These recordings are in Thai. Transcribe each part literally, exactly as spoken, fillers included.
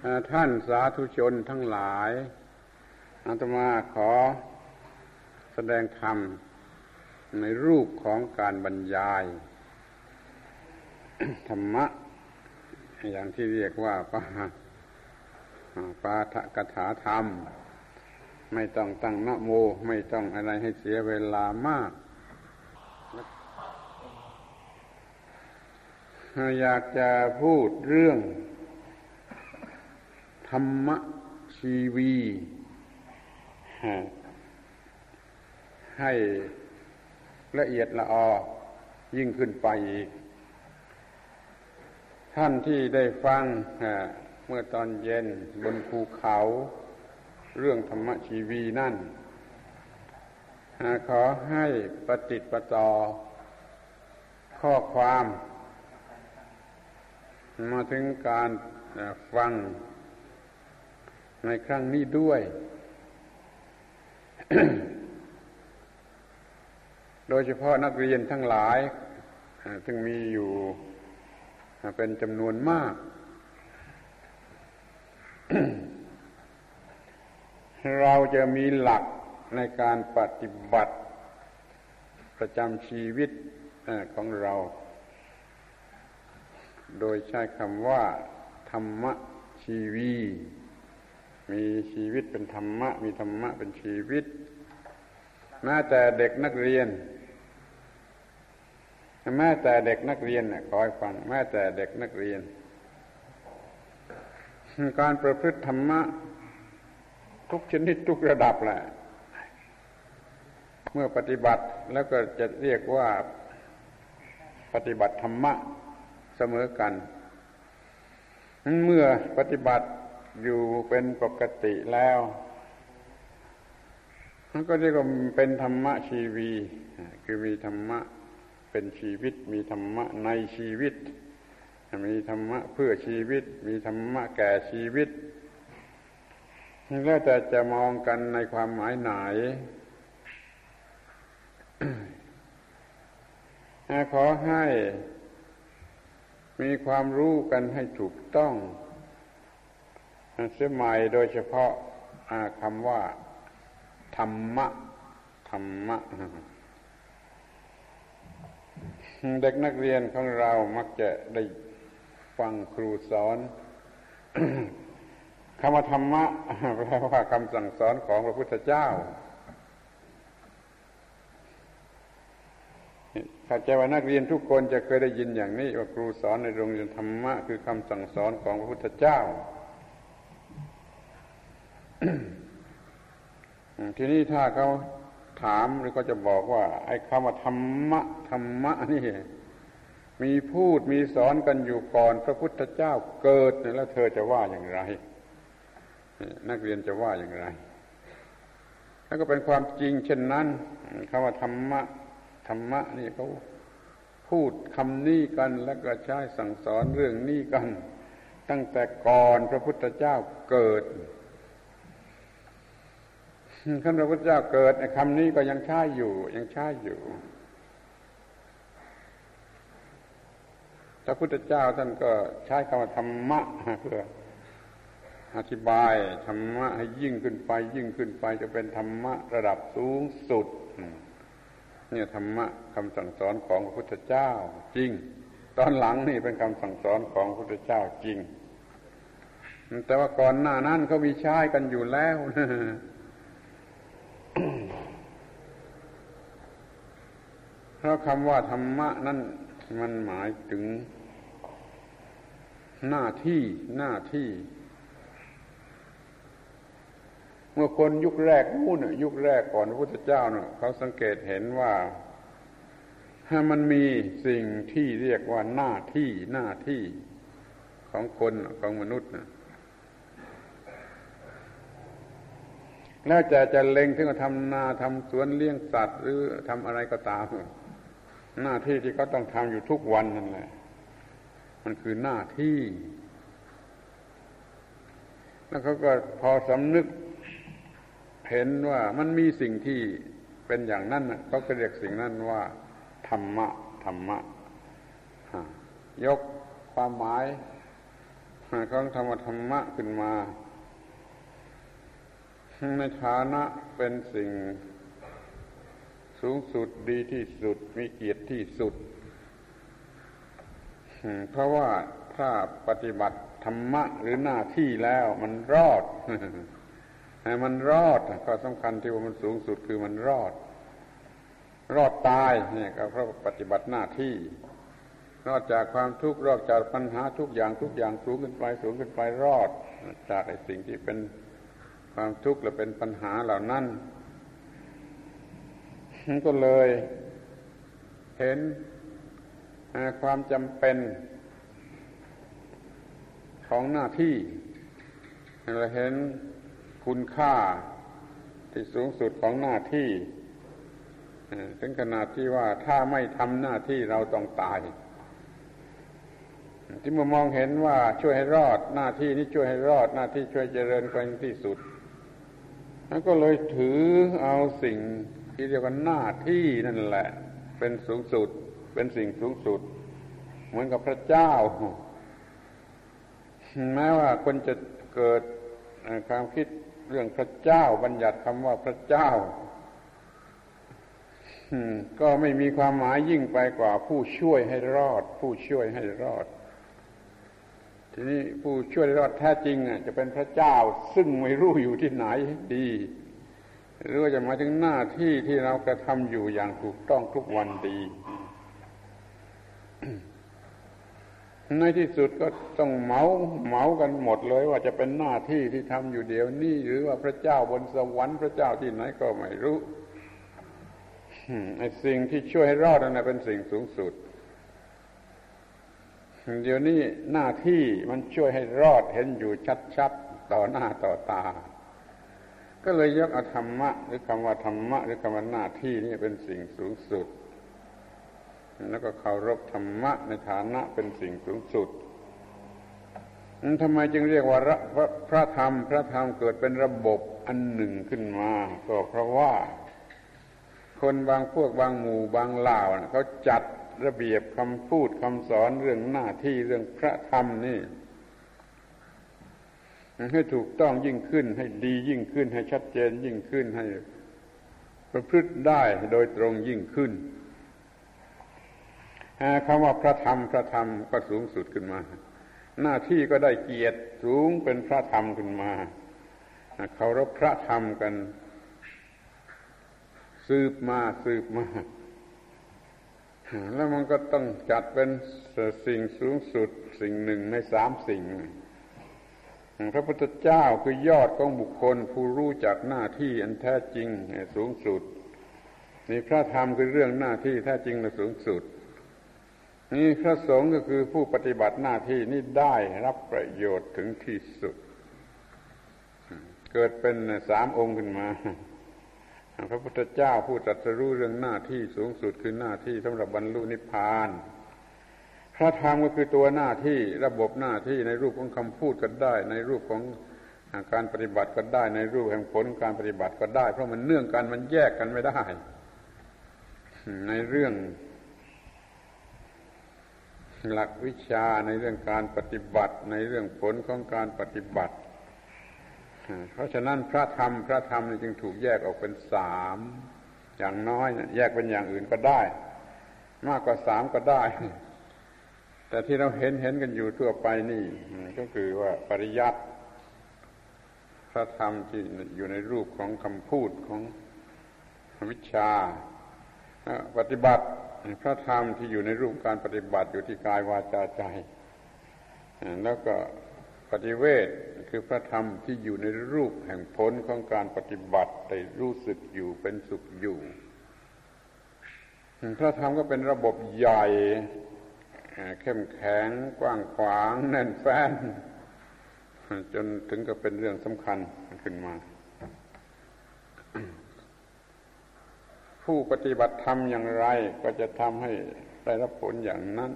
ท่านสาธุชนทั้งหลายอาตมาขอแสดงธรรมในรูปของการบรรยายธรรมะอย่างที่เรียกว่าปาปาฐกถาธรรมไม่ต้องตั้งนะโมไม่ต้องอะไรให้เสียเวลามากอยากจะพูดเรื่องธรรมชีวีให้ละเอียดละออยิ่งขึ้นไปอีกท่านที่ได้ฟังเมื่อตอนเย็นบนภูเขาเรื่องธรรมชีวีนั่นขอให้ปฏิติดประต่อข้อความมาถึงการฟังในครั้งนี้ด้วย โดยเฉพาะนักเรียนทั้งหลายซึ่งมีอยู่เป็นจำนวนมาก เราจะมีหลักในการปฏิบัติประจำชีวิตของเราโดยใช้คำว่าธรรมชีวีมีชีวิตเป็นธรรมะมีธรรมะเป็นชีวิตแม้แต่เด็กนักเรียนแม้แต่เด็กนักเรียนเนี่ยขอให้ฟังแม้แต่เด็กนักเรียนการประพฤติธรรมะทุกชนิดทุกระดับแหละเมื่อปฏิบัติแล้วก็จะเรียกว่าปฏิบัติธรรมะเสมอกันเมื่อปฏิบัติอยู่เป็นปกติแล้วมันก็เรียกว่าเป็นธรรมะชีวีคือมีธรรมะเป็นชีวิตมีธรรมะในชีวิตมีธรรมะเพื่อชีวิตมีธรรมะแก่ชีวิตแล้วแต่จะมองกันในความหมายไหน ขอให้มีความรู้กันให้ถูกต้องเสียใหม่โดยเฉพาะคำว่าธรรมะธรรมะเด็กนักเรียนของเรามักจะได้ฟังครูสอน คำว่าธรรมะแปลว่าคำสั่งสอนของพระพุทธเจ้าเข้าใจว่านักเรียนทุกคนจะเคยได้ยินอย่างนี้ว่าครูสอนในโรงเรียนธรรมะคือคำสั่งสอนของพระพุทธเจ้า ทีนี้ถ้าเขาถามหรือเขาจะบอกว่าไอ้คำว่าธรรมะธรรมะนี่มีพูดมีสอนกันอยู่ก่อนพระพุทธเจ้าเกิดแล้วเธอจะว่าอย่างไรนักเรียนจะว่าอย่างไรแล้วก็เป็นความจริงเช่นนั้นคำว่าธรรมะธรรมะนี่เขาพูดคำนี้กันแล้วก็ใช้สั่งสอนเรื่องนี้กันตั้งแต่ก่อนพระพุทธเจ้าเกิดขั้นพระพุทธเจ้าเกิดไอ้คำนี้ก็ยังใช้อยู่ยังใช้อยู่พระพุทธเจ้าท่านก็ใช้คำว่าธรรมะเพื่ออธิบายธรรมะให้ยิ่งขึ้นไปยิ่งขึ้นไปจะเป็นธรรมะระดับสูงสุดเนี่ยธรรมะคำสั่งสอนของพระพุทธเจ้าจริงตอนหลังนี่เป็นคำสั่งสอนของพระพุทธเจ้าจริงแต่ว่าก่อนหน้านั้นเขามีใช้กันอยู่แล้วเพราะคำว่าธรรมะนั้นมันหมายถึงหน้าที่หน้าที่เมื่อคนยุคแรกนู่นน่ะยุคแรกก่อนพระพุทธเจ้าน่ะเขาสังเกตเห็นว่าถ้ามันมีสิ่งที่เรียกว่าหน้าที่หน้าที่ของคนของมนุษย์น่ะแล้วจะจะเล็งถึงว่าทำนาทำสวนเลี้ยงสัตว์หรือทำอะไรก็ตามหน้าที่ที่เขาต้องทำอยู่ทุกวันนั่นแหละมันคือหน้าที่แล้วเขาก็พอสำนึกเห็นว่ามันมีสิ่งที่เป็นอย่างนั้นเขาก็เรียกสิ่งนั้นว่าธรรมะธรรมะยกความหมายของธรรมธรรมะขึ้นมาในฐานะเป็นสิ่งสูงสุดดีที่สุดมีเกียรติที่สุดเพราะว่าถ้าปฏิบัติธรรมะหรือหน้าที่แล้วมันรอดมันรอดก็สำคัญที่ว่ามันสูงสุดคือมันรอดรอดตายเนี่ยก็เพราะปฏิบัติหน้าที่รอดจากความทุกข์รอดจากปัญหาทุกอย่างทุกอย่างสูงขึ้นไปสูงขึ้นไปรอดจากไอ้สิ่งที่เป็นความทุกข์และเป็นปัญหาเหล่านั้นก็เลยเห็นความจำเป็นของหน้าที่เราเห็นคุณค่าที่สูงสุดของหน้าที่ถึงขนาดที่ว่าถ้าไม่ทำหน้าที่เราต้องตายที่มามองเห็นว่าช่วยให้รอดหน้าที่นี้ช่วยให้รอดหน้าที่ช่วยเจริญไปที่สุดแล้วก็เลยถือเอาสิ่งที่เรียกว่าหน้าที่นั่นแหละเป็นสูงสุดเป็นสิ่งสูงสุดเหมือนกับพระเจ้าแม้ว่าคนจะเกิดความคิดเรื่องพระเจ้าบัญญัติคำว่าพระเจ้าก็ไม่มีความหมายยิ่งไปกว่าผู้ช่วยให้รอดผู้ช่วยให้รอดทีนี้ผู้ช่วยให้รอดแท้จริงจะเป็นพระเจ้าซึ่งไม่รู้อยู่ที่ไหนดีหรือว่าจะหมายถึงหน้าที่ที่เรากระทำอยู่อย่างถูกต้องทุกวันดีในที่สุดก็ต้องเหมาเหมากันหมดเลยว่าจะเป็นหน้าที่ที่ทำอยู่เดี๋ยวนี้หรือว่าพระเจ้าบนสวรรค์พระเจ้าที่ไหนก็ไม่รู้ไอ้สิ่งที่ช่วยให้รอดนั่นเป็นสิ่งสูงสุดเดี๋ยวนี้หน้าที่มันช่วยให้รอดเห็นอยู่ชัดๆต่อหน้าต่อตาก็เลยยกเอาธรรมะหรือคำว่าธรรมะหรือคำว่าหน้าที่นี่เป็นสิ่งสูงสุดแล้วก็เคารพธรรมะในฐานะเป็นสิ่งสูงสุดทำไมจึงเรียกว่าพระธรรมพระธรรมเกิดเป็นระบบอันหนึ่งขึ้นมาก็เพราะว่าคนบางพวกบางหมู่บางเหล่าเขาจัดระเบียบคำพูดคำสอนเรื่องหน้าที่เรื่องพระธรรมนี่ให้ถูกต้องยิ่งขึ้นให้ดียิ่งขึ้นให้ชัดเจนยิ่งขึ้นให้ประพฤติได้โดยตรงยิ่งขึ้นคำว่าพระธรรมพระธรรมก็สูงสุดขึ้นมาหน้าที่ก็ได้เกียรติสูงเป็นพระธรรมขึ้นมาเคารพพระธรรมกันสืบมาสืบมาแล้วมันก็ต้องจัดเป็นสิ่งสูงสุดสิ่งหนึ่งในสามสิ่งพระพุทธเจ้าคือยอดของบุคคลผู้รู้จักหน้าที่อันแท้จริงสูงสุดนี่พระธรรมคือเรื่องหน้าที่แท้จริงและสูงสุดนี่พระสงฆ์ก็คือผู้ปฏิบัติหน้าที่นี่ได้รับประโยชน์ถึงที่สุดเกิดเป็นสามองค์ขึ้นมาพระพุทธเจ้าผู้ตรัสรู้เรื่องหน้าที่สูงสุดคือหน้าที่สำหรับบรรลุนิพพานพระธรรมก็คือตัวหน้าที่ระบบหน้าที่ในรูปของคำพูดก็ได้ในรูปของการปฏิบัติก็ได้ในรูปแห่งผลการปฏิบัติก็ได้เพราะมันเนื่องกันมันแยกกันไม่ได้ในเรื่องหลักวิชาในเรื่องการปฏิบัติในเรื่องผลของการปฏิบัติเพราะฉะนั้นพระธรรมพระธรรมจึงถูกแยกออกเป็นสามอย่างน้อยแยกเป็นอย่างอื่นก็ได้มากกว่าสามก็ได้แต่ที่เราเห็นเห็นกันอยู่ทั่วไปนี่ก็คือว่าปริยัติพระธรรมที่อยู่ในรูปของคำพูดของวิชาปฏิบัติพระธรรมที่อยู่ในรูปการปฏิบัติอยู่ที่กายวาจาใจแล้วก็ปฏิเวทคือพระธรรมที่อยู่ในรูปแห่งผลของการปฏิบัติได้รู้สึกอยู่เป็นสุขอยู่พระธรรมก็เป็นระบบใหญ่เข้มแข็งกว้างขวางแน่นแฟ้นจนถึงกับเป็นเรื่องสำคัญขึ้นมาผู้ปฏิบัติธรรมอย่างไรก็จะทำให้ได้รับผลอย่างนั้น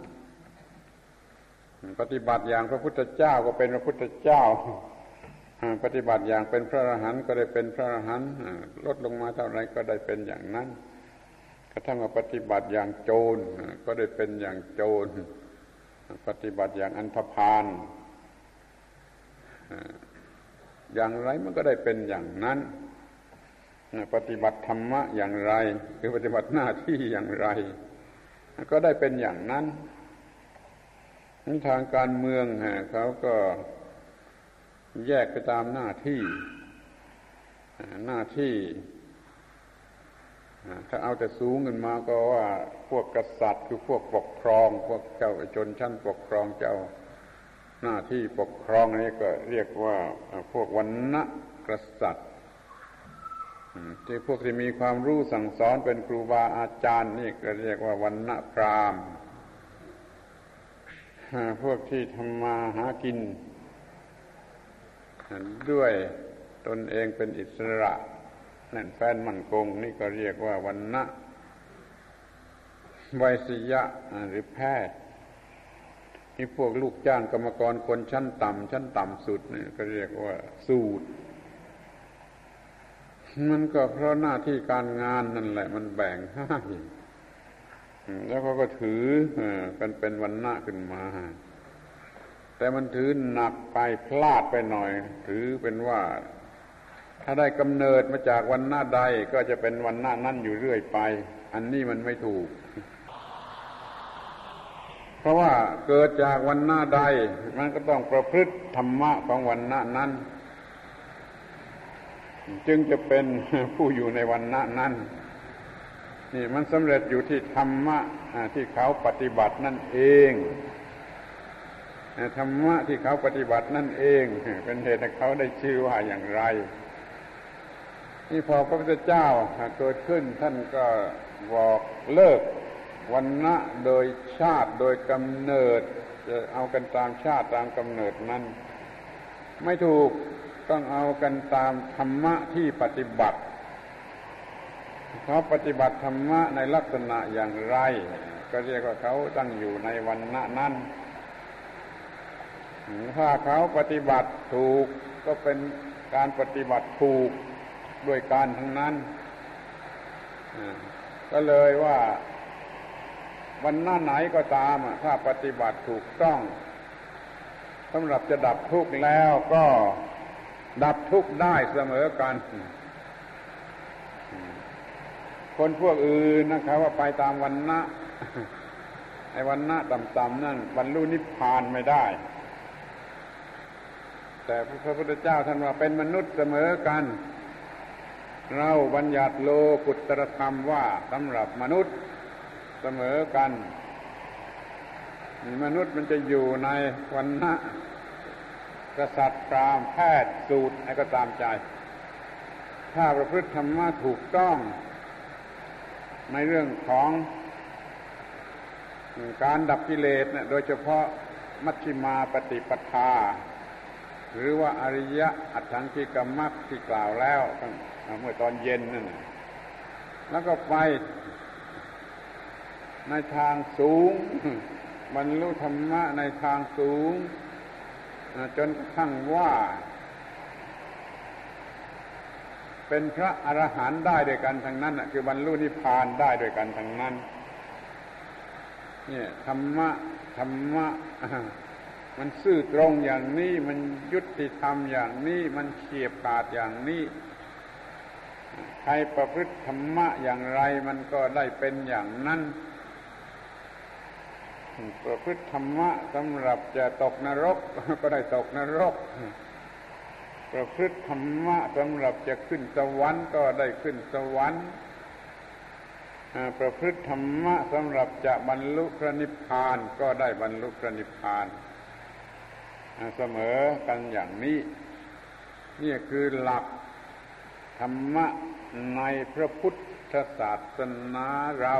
ปฏิบัติอย่างพระพุทธเจ้าก็เป็นพระพุทธเจ้าปฏิบัติอย่างเป็นพระอรหันต์ก็ได้เป็นพระอรหันต์ลดลงมาเท่าไรก็ได้เป็นอย่างนั้นกระทั่งว่าปฏิบัติอย่างโจรก็ได้เป็นอย่างโจรปฏิบัติอย่างอันธพาลอย่างไรมันก็ได้เป็นอย่างนั้นปฏิบัติธรรมะอย่างไรหรือปฏิบัติหน้าที่อย่างไรก็ได้เป็นอย่างนั้นทางการเมืองเขาก็แยกไปตามหน้าที่หน้าที่ถ้าเอาแต่สูงขึ้นมาก็ว่าพวกกษัตริย์คือพวกปกครองพวกเจ้าชนชั้นปกครองเจ้าหน้าที่ปกครองนี้ก็เรียกว่าพวกวรรณกษัตริย์ที่พวกที่มีความรู้สั่งสอนเป็นครูบาอาจารย์นี่ก็เรียกว่าวรรณพราหมณ์พวกที่ทำมาหากินด้วยตนเองเป็นอิสระแน่นแฟ้นมั่นคงนี่ก็เรียกว่าวรรณะไวยสยะหรือแพทย์ที่พวกลูกจ้างกรรมกรคนชั้นต่ำชั้นต่ำสุดนี่ก็เรียกว่าสูตรมันก็เพราะหน้าที่การงานนั่นแหละมันแบ่งให้แล้วเขาก็ถือกันเป็นวรรณะขึ้นมาแต่มันถือหนักไปพลาดไปหน่อยถือเป็นว่าถ้าได้กำเนิดมาจากวรรณะใดก็จะเป็นวรรณะนั้นอยู่เรื่อยไปอันนี้มันไม่ถูกเพราะว่าเกิดจากวรรณะใดมันก็ต้องประพฤติธรรมะของวรรณะนั้นจึงจะเป็นผู้อยู่ในวรรณะนั้นนี่มันสำเร็จอยู่ที่ธรรมะที่เขาปฏิบัตินั่นเองธรรมะที่เขาปฏิบัตินั่นเองเป็นเหตุให้เขาได้ชื่อว่าอย่างไรนี่พอพระพุทธเจ้าเกิดขึ้นท่านก็บอกเลิกวรรณะโดยชาติโดยกำเนิดจะเอากันตามชาติตามกำเนิดนั้นไม่ถูกต้องเอากันตามธรรมะที่ปฏิบัติเขาปฏิบัติธรรมะในลักษณะอย่างไรก็เรียกว่าเขาตั้งอยู่ในวรรณะนั้นถ้าเขาปฏิบัติถูกก็เป็นการปฏิบัติถูกด้วยการทั้งนั้นก็เลยว่าวรรณะไหนก็ตามถ้าปฏิบัติถูกต้องสำหรับจะดับทุกข์แล้วก็ดับทุกข์ได้เสมอกันคนพวกอื่นนะครับว่าไปตามวรรณะไอ้วรรณะต่ำๆนั่นบรรลุนิพพานไม่ได้แต่พระพุทธเจ้าท่านว่าเป็นมนุษย์เสมอกันเราบัญญัติโลกุตตรธรรมว่าสำหรับมนุษย์เสมอกันมนุษย์มันจะอยู่ในวรรณะกษัตริย์พราหมณ์แพทย์สูตรอะไรก็ตามใจถ้าประพฤติธรรมะถูกต้องในเรื่องของการดับกิเลสเนี่ยโดยเฉพาะมัชฌิมาปฏิปทาหรือว่าอริยอัตถังคิกมรรคที่กล่าวแล้วเมื่อตอนเย็นนั่นแล้วก็ไปในทางสูงบรรลุธรรมะในทางสูงจนกระทั่งว่าเป็นพระอรหันต์ได้ด้วยกันทั้งนั้นคือบรรลุนิพพานได้ด้วยกันทั้งนั้นเนี่ยธรรมะธรรมะมันซื่อตรงอย่างนี้มันยุติธรรมอย่างนี้มันเฉียบขาดอย่างนี้ใครประพฤติธรรมะอย่างไรมันก็ได้เป็นอย่างนั้นประพฤติธรรมะสำหรับจะตกนรกก็ได้ตกนรกประพฤติธรรมะสำหรับจะขึ้นสวรรค์ก็ได้ขึ้นสวรรค์ประพฤติธรรมะสำหรับจะบรรลุพระนิพพานก็ได้บรรลุพระนิพพานเสมอกันอย่างนี้นี่คือหลักธรรมะในพระพุทธศาสนาเรา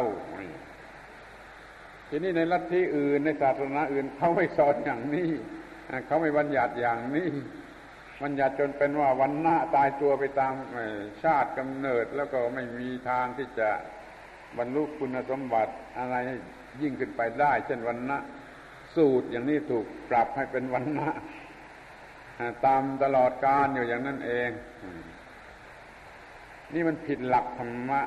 ทีนี้ในลัทธิอื่นในศาสนาอื่นเขาไม่สอนอย่างนี้เขาไม่บัญญัติอย่างนี้บัญญัติจนเป็นว่าวรรณะตายตัวไปตามชาติกำเนิดแล้วก็ไม่มีทางที่จะบรรลุคุณสมบัติอะไรยิ่งขึ้นไปได้เช่นวรรณะสูตรอย่างนี้ถูกปรับให้เป็นวรรณะตามตลอดกาลอยู่อย่างนั้นเองนี่มันผิดหลักธรรมะ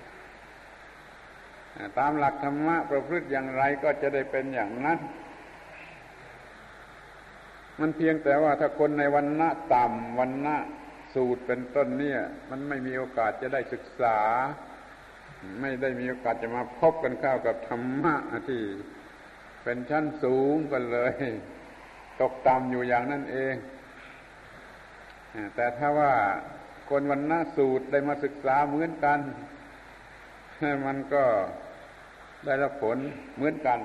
ตามหลักธรรมะประพฤติอย่างไรก็จะได้เป็นอย่างนั้นมันเพียงแต่ว่าถ้าคนในวรรณะต่ำวรรณะสูตรเป็นต้นเนี่ยมันไม่มีโอกาสจะได้ศึกษาไม่ได้มีโอกาสจะมาพบกันเข้ากับธรรมะที่เป็นชั้นสูงกันเลยตกต่ำอยู่อย่างนั้นเองแต่ถ้าว่าคนวรรณะสูตรได้มาศึกษาเหมือนกันมันก็ได้รับผลเหมือนกัน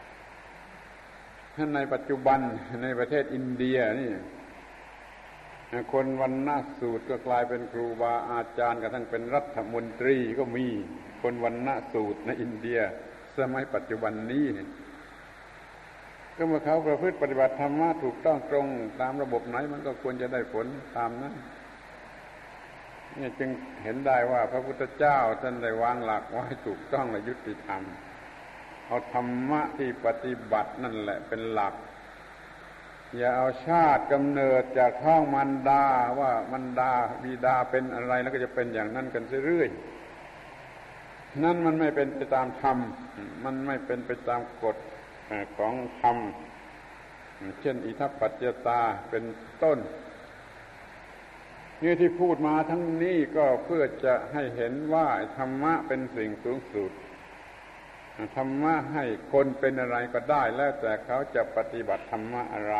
ในปัจจุบันในประเทศอินเดียนี่คนวรรณะสูตรก็กลายเป็นครูบาอาจารย์กระทั่งเป็นรัฐมนตรีก็มีคนวรรณะสูตรในอินเดียสมัยปัจจุบันนี้ก็เมื่อเขาประพฤติปฏิบัติธรรมะถูกต้องตรงตามระบบไหนมันก็ควรจะได้ผลตามนั้นนี่จึงเห็นได้ว่าพระพุทธเจ้าท่านได้วางหลักไว้ถูกต้องและยุติธรรมเอาธรรมะที่ปฏิบัตินั่นแหละเป็นหลักอย่าเอาชาติกำเนิดจากท้องมารดาว่ามารดาบิดาเป็นอะไรแล้วก็จะเป็นอย่างนั้นกันเรื่อยๆนั่นมันไม่เป็นไปตามธรรมมันไม่เป็นไปตามกฎของธรรมเช่นอิทัปปัจจตาเป็นต้นนี่ที่พูดมาทั้งนี้ก็เพื่อจะให้เห็นว่าธรรมะเป็นสิ่งสูงสุดธรรมะให้คนเป็นอะไรก็ได้แล้วแต่เขาจะปฏิบัติธรรมะอะไร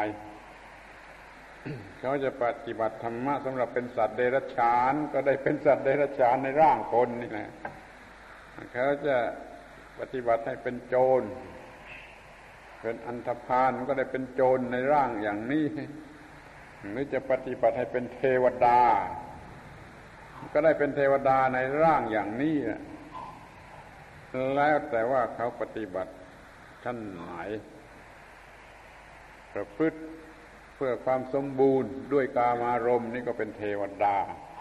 เขาจะปฏิบัติธรรมะสำหรับเป็นสัตว์เดรัจฉานก็ได้เป็นสัตว์เดรัจฉานในร่างคนนี่แหละเขาจะปฏิบัติให้เป็นโจรเป็นอันธพาลก็ได้เป็นโจรในร่างอย่างนี้หรือจะปฏิบัติให้เป็นเทวดาก็ได้เป็นเทวดาในร่างอย่างนี้แล้วแต่ว่าเขาปฏิบัติชั้นไหนประพฤติเพื่อความสมบูรณ์ด้วยกามารมณ์นี่ก็เป็นเทวดา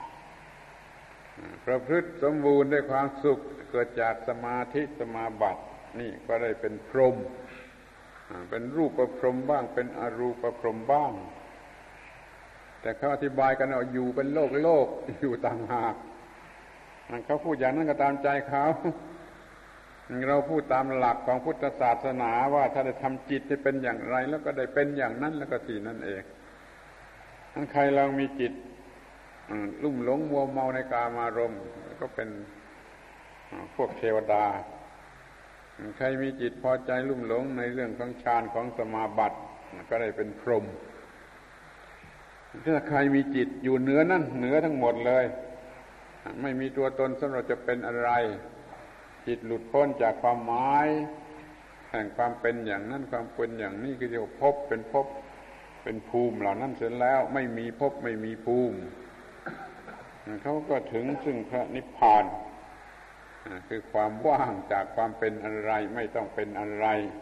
ประพฤติสมบูรณ์ด้วยความสุขเกิดจากสมาธิสมาบัตินี่ก็ได้เป็นพรหมเป็นรูปประพรหมบ้างเป็นอรูปประพรหมบ้างแต่เขาอธิบายกันเอาอยู่เป็นโลกโลกอยู่ต่างหากเขาพูดอย่างนั้นก็ตามใจเขาเราพูดตามหลักของพุทธศาสนาว่าถ้าได้ทำจิตให้เป็นอย่างไรแล้วก็ได้เป็นอย่างนั้นแล้วก็ที่นั่นเองถ้าใครลองมีจิตลุ่มหลงมัวเมาในกามารมณ์ก็เป็นพวกเทวดาใครมีจิตพอใจลุ่มหลงในเรื่องของฌานของสมาบัติก็ได้เป็นพรหมถ้าใครมีจิตอยู่เหนือนั่นเหนือทั้งหมดเลยไม่มีตัวตนสำหรับจะเป็นอะไรจิตหลุดพ้นจากความหมายแห่งความเป็นอย่างนั้นความเป็นอย่างนี้คือเรียกว่าภพเป็นภพเป็นภูมิเหล่านั้นเสร็จแล้วไม่มีภพไม่มีภูมิเขาก็ถึงซึ่งพระนิพพานคือความว่างจากความเป็นอะไรไม่ต้องเป็นอะไร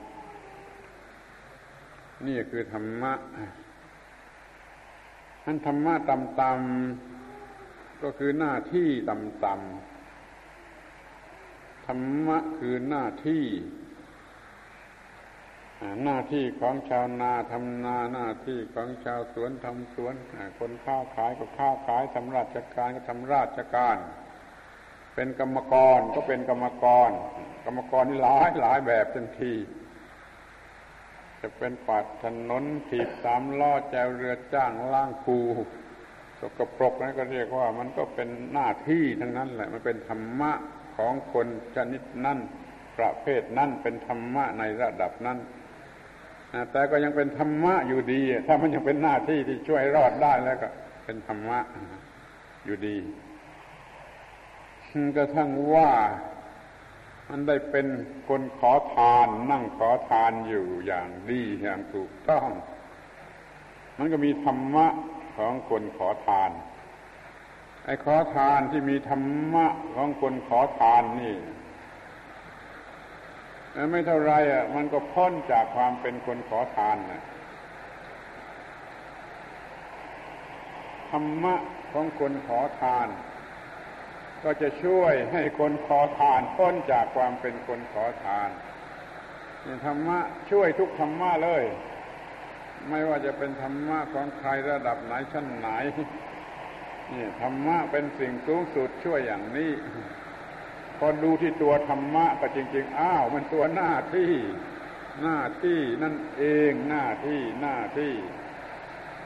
นี่คือธรรมะท่านธรรมะต่ำๆก็คือหน้าที่ต่ำๆธรรมะคือหน้าที่หน้าที่ของชาวนาทำนาหน้าที่ของชาวสวนทำสวนคนค้าขายก็ค้าขายทำราชการก็ทำราชการเป็นกรรมกรก็เป็นกรรมกรกรรมกรนี่หลายหลายแบบทันทีจะเป็นกวาดถนนถีบสามล้อแจวเรือจ้างล้างคูสกปรกนั่นก็เรียกว่ามันก็เป็นหน้าที่ทั้งนั้นแหละมันเป็นธรรมะของคนชนิดนั้นประเภทนั้นเป็นธรรมะในระดับนั้นแต่ก็ยังเป็นธรรมะอยู่ดีถ้ามันยังเป็นหน้าที่ที่ช่วยรอดได้แล้วก็เป็นธรรมะอยู่ดีกระทั่งว่ามันได้เป็นคนขอทานนั่งขอทานอยู่อย่างดีอย่างถูกต้องมันก็มีธรรมะของคนขอทานไอ้ขอทานที่มีธรรมะของคนขอทานนี่ไม่เท่าไรอ่ะมันก็พ้นจากความเป็นคนขอทานนะธรรมะของคนขอทานก็จะช่วยให้คนขอทานพ้นจากความเป็นคนขอทานธรรมะช่วยทุกธรรมะเลยไม่ว่าจะเป็นธรรมะของใครระดับไหนชั้นไหนนี่ธรรมะเป็นสิ่งสูงสุดช่วยอย่างนี้พอดูที่ตัวธรรมะก็จริงๆอ้าวมันตัวหน้าที่หน้าที่นั่นเองหน้าที่หน้าที่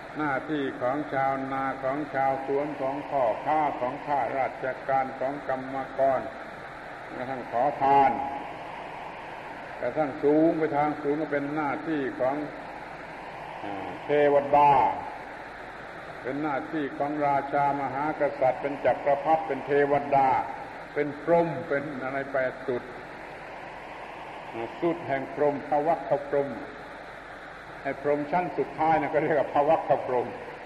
หน้าที่ของชาวนาของชาวสวนของพ่อค้าของข้าราชการของกรรมกรกระทั่งขอทานกระทั่งสูงไปทางสูงก็เป็นหน้าที่ของเทวดาเป็นหน้าที่ของราชามหากษัตริย์เป็นจักรพรรดิเป็นเทวดาเป็นพรหมเป็นอะไรแปดสุดสุดแห่งพรหมภวัคคพรหมไอ้พรหมชั้นสุดท้ายนะก็เรียกว่าภวัคคพรหม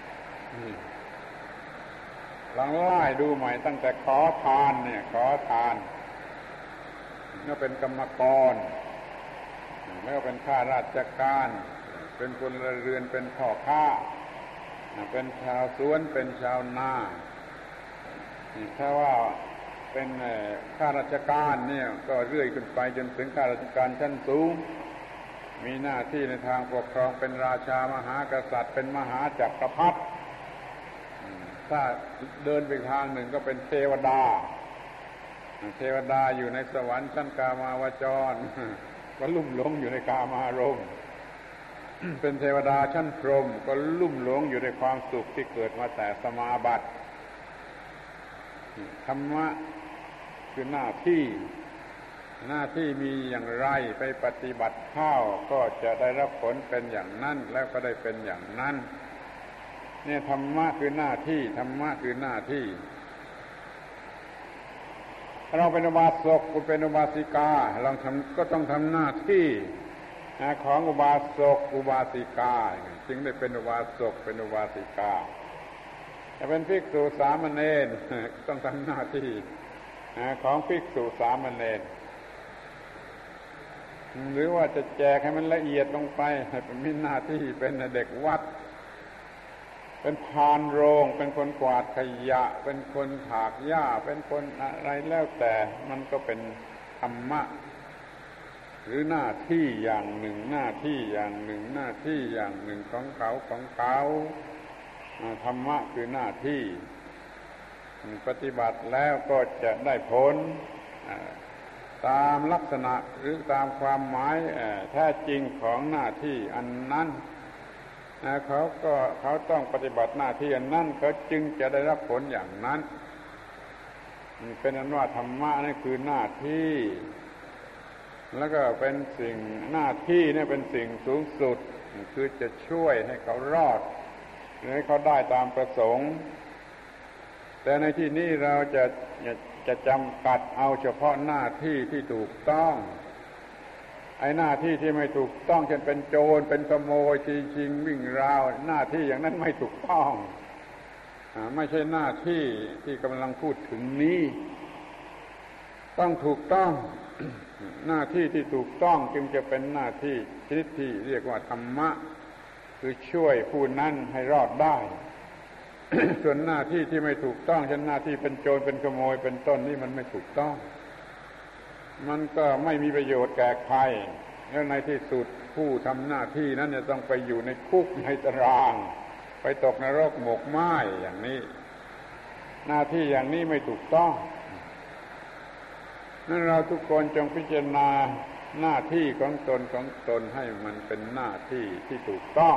ลองไล่ดูใหม่ตั้งแต่ขอทานเนี่ยขอทานก็เป็นกรรมกรแล้วก็เป็นข้าราชการเป็นพลเรือนเป็นพ่อค้าเป็นชาวสวนเป็นชาวนาถ้าว่าเป็นข้าราชการเนี่ยก็เรื่อยขึ้นไปจนถึงข้าราชการชั้นสูงมีหน้าที่ในทางปกครองเป็นราชามหากษัตริย์เป็นมหาจักรพรรดิถ้าเดินไปทางหนึ่งก็เป็นเทวดาเทวดาอยู่ในสวรรค์ชั้นกามาวจรก็ลุ่มหลงอยู่ในกามารมณ์เป็นเทวดาชั้นพรหมก็ลุ่มหลงอยู่ในความสุขที่เกิดมาแต่สมาบัติธรรมะคือหน้าที่หน้าที่มีอย่างไรไปปฏิบัติเข้าก็จะได้รับผลเป็นอย่างนั้นแล้วก็ได้เป็นอย่างนั้นเนี่ยธรรมะคือหน้าที่ธรรมะคือหน้าที่เราเป็นอุบาสกคุณเป็นอุบาสิกาเราทำก็ต้องทำหน้าที่ของอุบาสกอุบาสิกาจึงได้เป็นอุบาสกเป็นอุบาสิกาถ้าเป็นภิกษุสามเณรต้องทำหน้าที่ของภิกษุสามเณรหรือว่าจะแจกให้มันละเอียดลงไปให้เป็นมีหน้าที่เป็นเด็กวัดเป็นพานโรงเป็นคนกวาดขยะเป็นคนถากหญ้าเป็นคนอะไรแล้วแต่มันก็เป็นธรรมะหรือหน้าที่อย่างหนึ่งหน้าที่อย่างหนึ่งหน้าที่อย่างหนึ่งของเขาของเขาธรรมะคือหน้าที่ปฏิบัติแล้วก็จะได้ผลตามลักษณะหรือตามความหมายแท้จริงของหน้าที่อันนั้นเขาก็เขาต้องปฏิบัติหน้าที่อันนั้นเขาจึงจะได้รับผลอย่างนั้นเป็นอันว่าธรรมะนั่นคือหน้าที่แล้วก็เป็นสิ่งหน้าที่นี่เป็นสิ่งสูงสุดคือจะช่วยให้เขารอดหรือให้เขาได้ตามประสงค์แต่ในที่นี้เราจะจะจำกัดเอาเฉพาะหน้าที่ที่ถูกต้องไอ้หน้าที่ที่ไม่ถูกต้องเช่นเป็นโจรเป็นขโมยชิงชิงวิ่งราวหน้าที่อย่างนั้นไม่ถูกต้องไม่ใช่หน้าที่ที่กำลังพูดถึงนี้ต้องถูกต้องหน้าที่ที่ถูกต้องจึงจะเป็นหน้าที่ชนิดที่เรียกว่าธรรมะคือช่วยผู้นั้นให้รอดได้ ส่วนหน้าที่ที่ไม่ถูกต้องเช่นหน้าที่เป็นโจรเป็นขโมยเป็นต้นนี่มันไม่ถูกต้องมันก็ไม่มีประโยชน์แก่ใครแล้วในที่สุดผู้ทำหน้าที่นั้นจะต้องไปอยู่ในคุกในตารางไปตกนรกหมกไหม้อย่างนี้หน้าที่อย่างนี้ไม่ถูกต้องนั้นเราทุกคนจงพิจารณาหน้าที่ของตนของตนให้มันเป็นหน้าที่ที่ถูกต้อง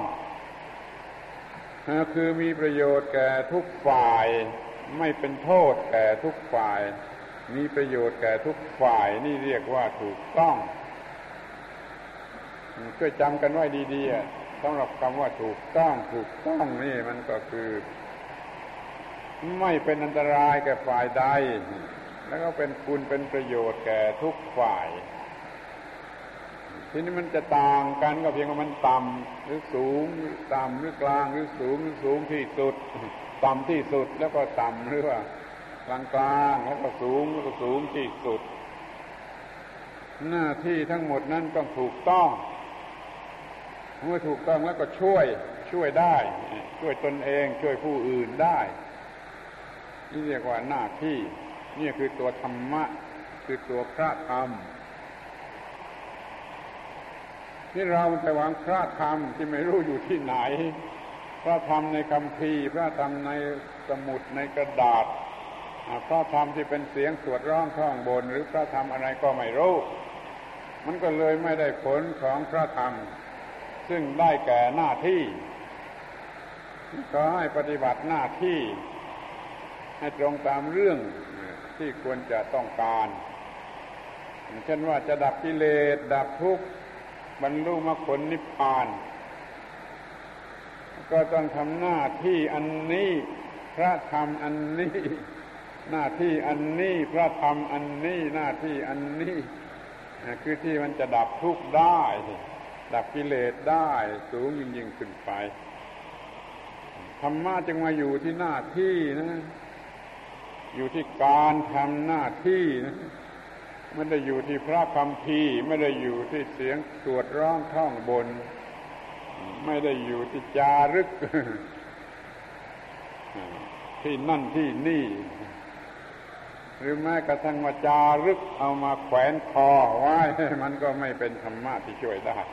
คือมีประโยชน์แก่ทุกฝ่ายไม่เป็นโทษแก่ทุกฝ่ายมีประโยชน์แก่ทุกฝ่ายนี่เรียกว่าถูกต้องช่วยจำกันไว้ดีๆสำหรับคำว่าถูกต้องถูกต้องนี่มันก็คือไม่เป็นอันตรายแก่ฝ่ายใดแล้วก็เป็นคุณเป็นประโยชน์แก่ทุกฝ่ายทีนี้มันจะต่างกันก็เพียงว่ามันต่ำหรือสูงหรือต่ำหรือกลางหรือสูงหรือสูงที่สุดต่ำที่สุดแล้วก็ต่ำหรือว่ากลางกลางแล้วก็สูงแล้วก็สูงที่สุดหน้าที่ทั้งหมดนั้นต้องถูกต้องเมื่อถูกต้องแล้วก็ช่วยช่วยได้ช่วยตนเองช่วยผู้อื่นได้นี่เรียกว่าหน้าที่นี่คือตัวธรรมะคือตัวพระธรรมที่เราไปหวังพระธรรมที่ไม่รู้อยู่ที่ไหนพระธรรมในคัมภีร์พระธรรมในสมุดในกระดาษพระธรรมที่เป็นเสียงสวดร้องท่องบนหรือพระธรรมอะไรก็ไม่รู้มันก็เลยไม่ได้ผลของพระธรรมซึ่งได้แก่หน้าที่ขอให้ปฏิบัติหน้าที่ให้ตรงตามเรื่องที่ควรจะต้องการเช่นว่าจะดับกิเลสดับทุกข์บรรลุมรรคผลนิพพานก็ต้องทำหน้าที่อันนี้พระธรรมอันนี้หน้าที่อันนี้พระธรรมอันนี้หน้าที่อันนี้คือที่มันจะดับทุกข์ได้ดับกิเลสได้สูงยิ่งยิ่งขึ้นไปธรรมะจึงมาอยู่ที่หน้าที่นะอยู่ที่การทำหน้าที่นะไม่ได้อยู่ที่พระคัมภีร์ไม่ได้อยู่ที่เสียงสวดร้องท่องบนไม่ได้อยู่ที่จารึกที่นั่นที่นี่หรือแม้กระทั่งมาจารึกเอามาแขวนคอไว้มันก็ไม่เป็นธรรมะที่ช่วยได้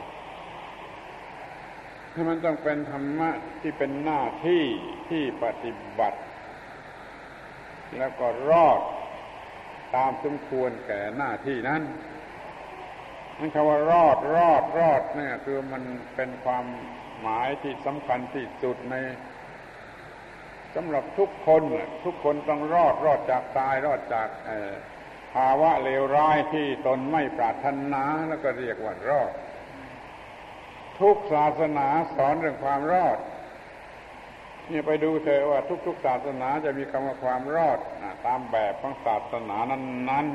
มันต้องเป็นธรรมะที่เป็นหน้าที่ที่ปฏิบัติแล้วก็รอดตามสมควรแก่หน้าที่นั้นนั่นคำว่ารอดรอดรอดเนี่ยคือมันเป็นความหมายที่สำคัญที่สุดในสำหรับทุกคนทุกคนต้องรอดรอดจากตายรอดจากภาวะเลวร้ายที่ตนไม่ปรารถนาแล้วก็เรียกว่ารอดทุกศาสนาสอนเรื่องความรอดนี่ไปดูเถอะว่าทุกๆศาสนาจะมีคำว่าความรอดตามแบบของศาสนานั้น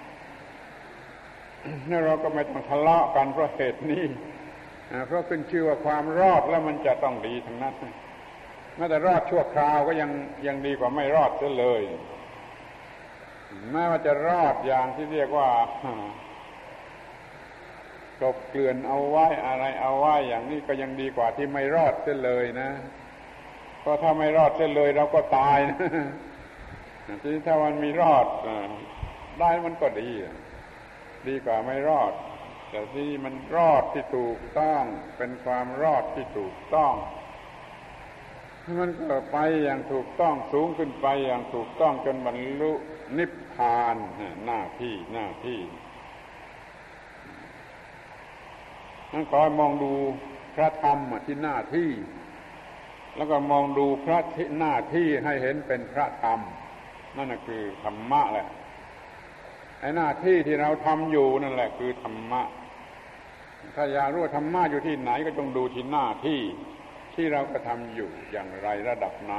ๆนี่เราก็ไม่ต้องทะเลาะกันเพราะเหตุนี้เพราะขึ้นชื่อว่าความรอดแล้วมันจะต้องดีทั้งนั้นแม้แต่รอดชั่วคราวก็ยังยังดีกว่าไม่รอดเสียเลยแม้ว่าจะรอดอย่างที่เรียกว่ากลบเกลื่อนเอาไว้อะไรเอาไว้อย่างนี้ก็ยังดีกว่าที่ไม่รอดเสียเลยนะเพราะถ้าไม่รอดเสียเลยเราก็ตายนะทีนี้ถ้ามันมีรอดได้มันก็ดีดีกว่าไม่รอดแต่ที่มันรอดที่ถูกต้องเป็นความรอดที่ถูกต้องมันก็ไปอย่างถูกต้องสูงขึ้นไปอย่างถูกต้องจนบรรลุนิพพานหน้าที่หน้าที่นั่นขอให้มองดูพระธรรมที่หน้าที่แล้วก็มองดูพระหน้าที่ให้เห็นเป็นพระธรรมนั่นคือธรรมะแหละไอ้หน้าที่ที่เราทำอยู่นั่นแหละคือธรรมะถ้าอยากรู้ว่าธรรมะอยู่ที่ไหนก็ต้องดูที่หน้าที่ที่เรากระทำอยู่อย่างไรระดับไหน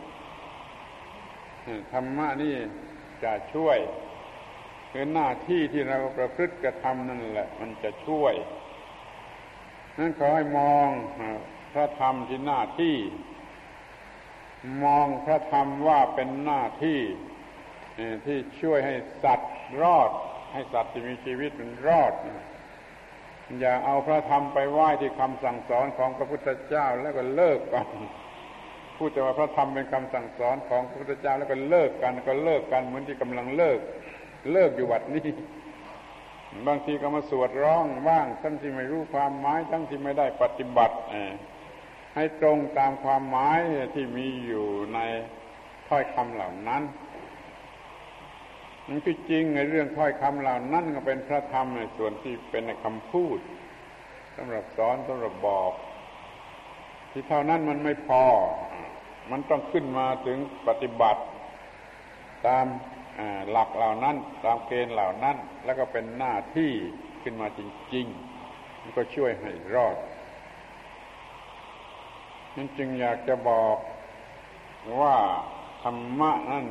ธรรมะนี่จะช่วยคือหน้าที่ที่เราประพฤติกระทำนั่นแหละมันจะช่วยนั้นขอให้มองพระธรรมที่หน้าที่มองพระธรรมว่าเป็นหน้าที่ที่ช่วยให้สัตว์รอดให้สัตว์ที่มีชีวิตมันรอดอย่าเอาพระธรรมไปไหว้ที่คำสั่งสอนของพระพุทธเจ้าแล้วก็เลิกกันพูดแต่ว่าพระธรรมเป็นคำสั่งสอนของพระพุทธเจ้าแล้วก็เลิกกันก็เลิกกันเหมือนที่กำลังเลิกเลิกอยู่วัดนี้บางทีก็มาสวดร้องบ้างทั้งที่ไม่รู้ความหมายทั้งที่ไม่ได้ปฏิบัติให้ตรงตามความหมายที่มีอยู่ในถ้อยคำเหล่านั้นนั่นคือจริงในเรื่องถ้อยคำเหล่านั้นก็เป็นพระธรรมในส่วนที่เป็นในคำพูดสำหรับสอนสำหรับบอกที่เท่านั้นมันไม่พอมันต้องขึ้นมาถึงปฏิบัติตามหลักเหล่านั้นตามเกณฑ์เหล่านั้นแล้วก็เป็นหน้าที่ขึ้นมาจริงๆมันก็ช่วยให้รอดนั่นจึงอยากจะบอกว่าธรรมะนั่น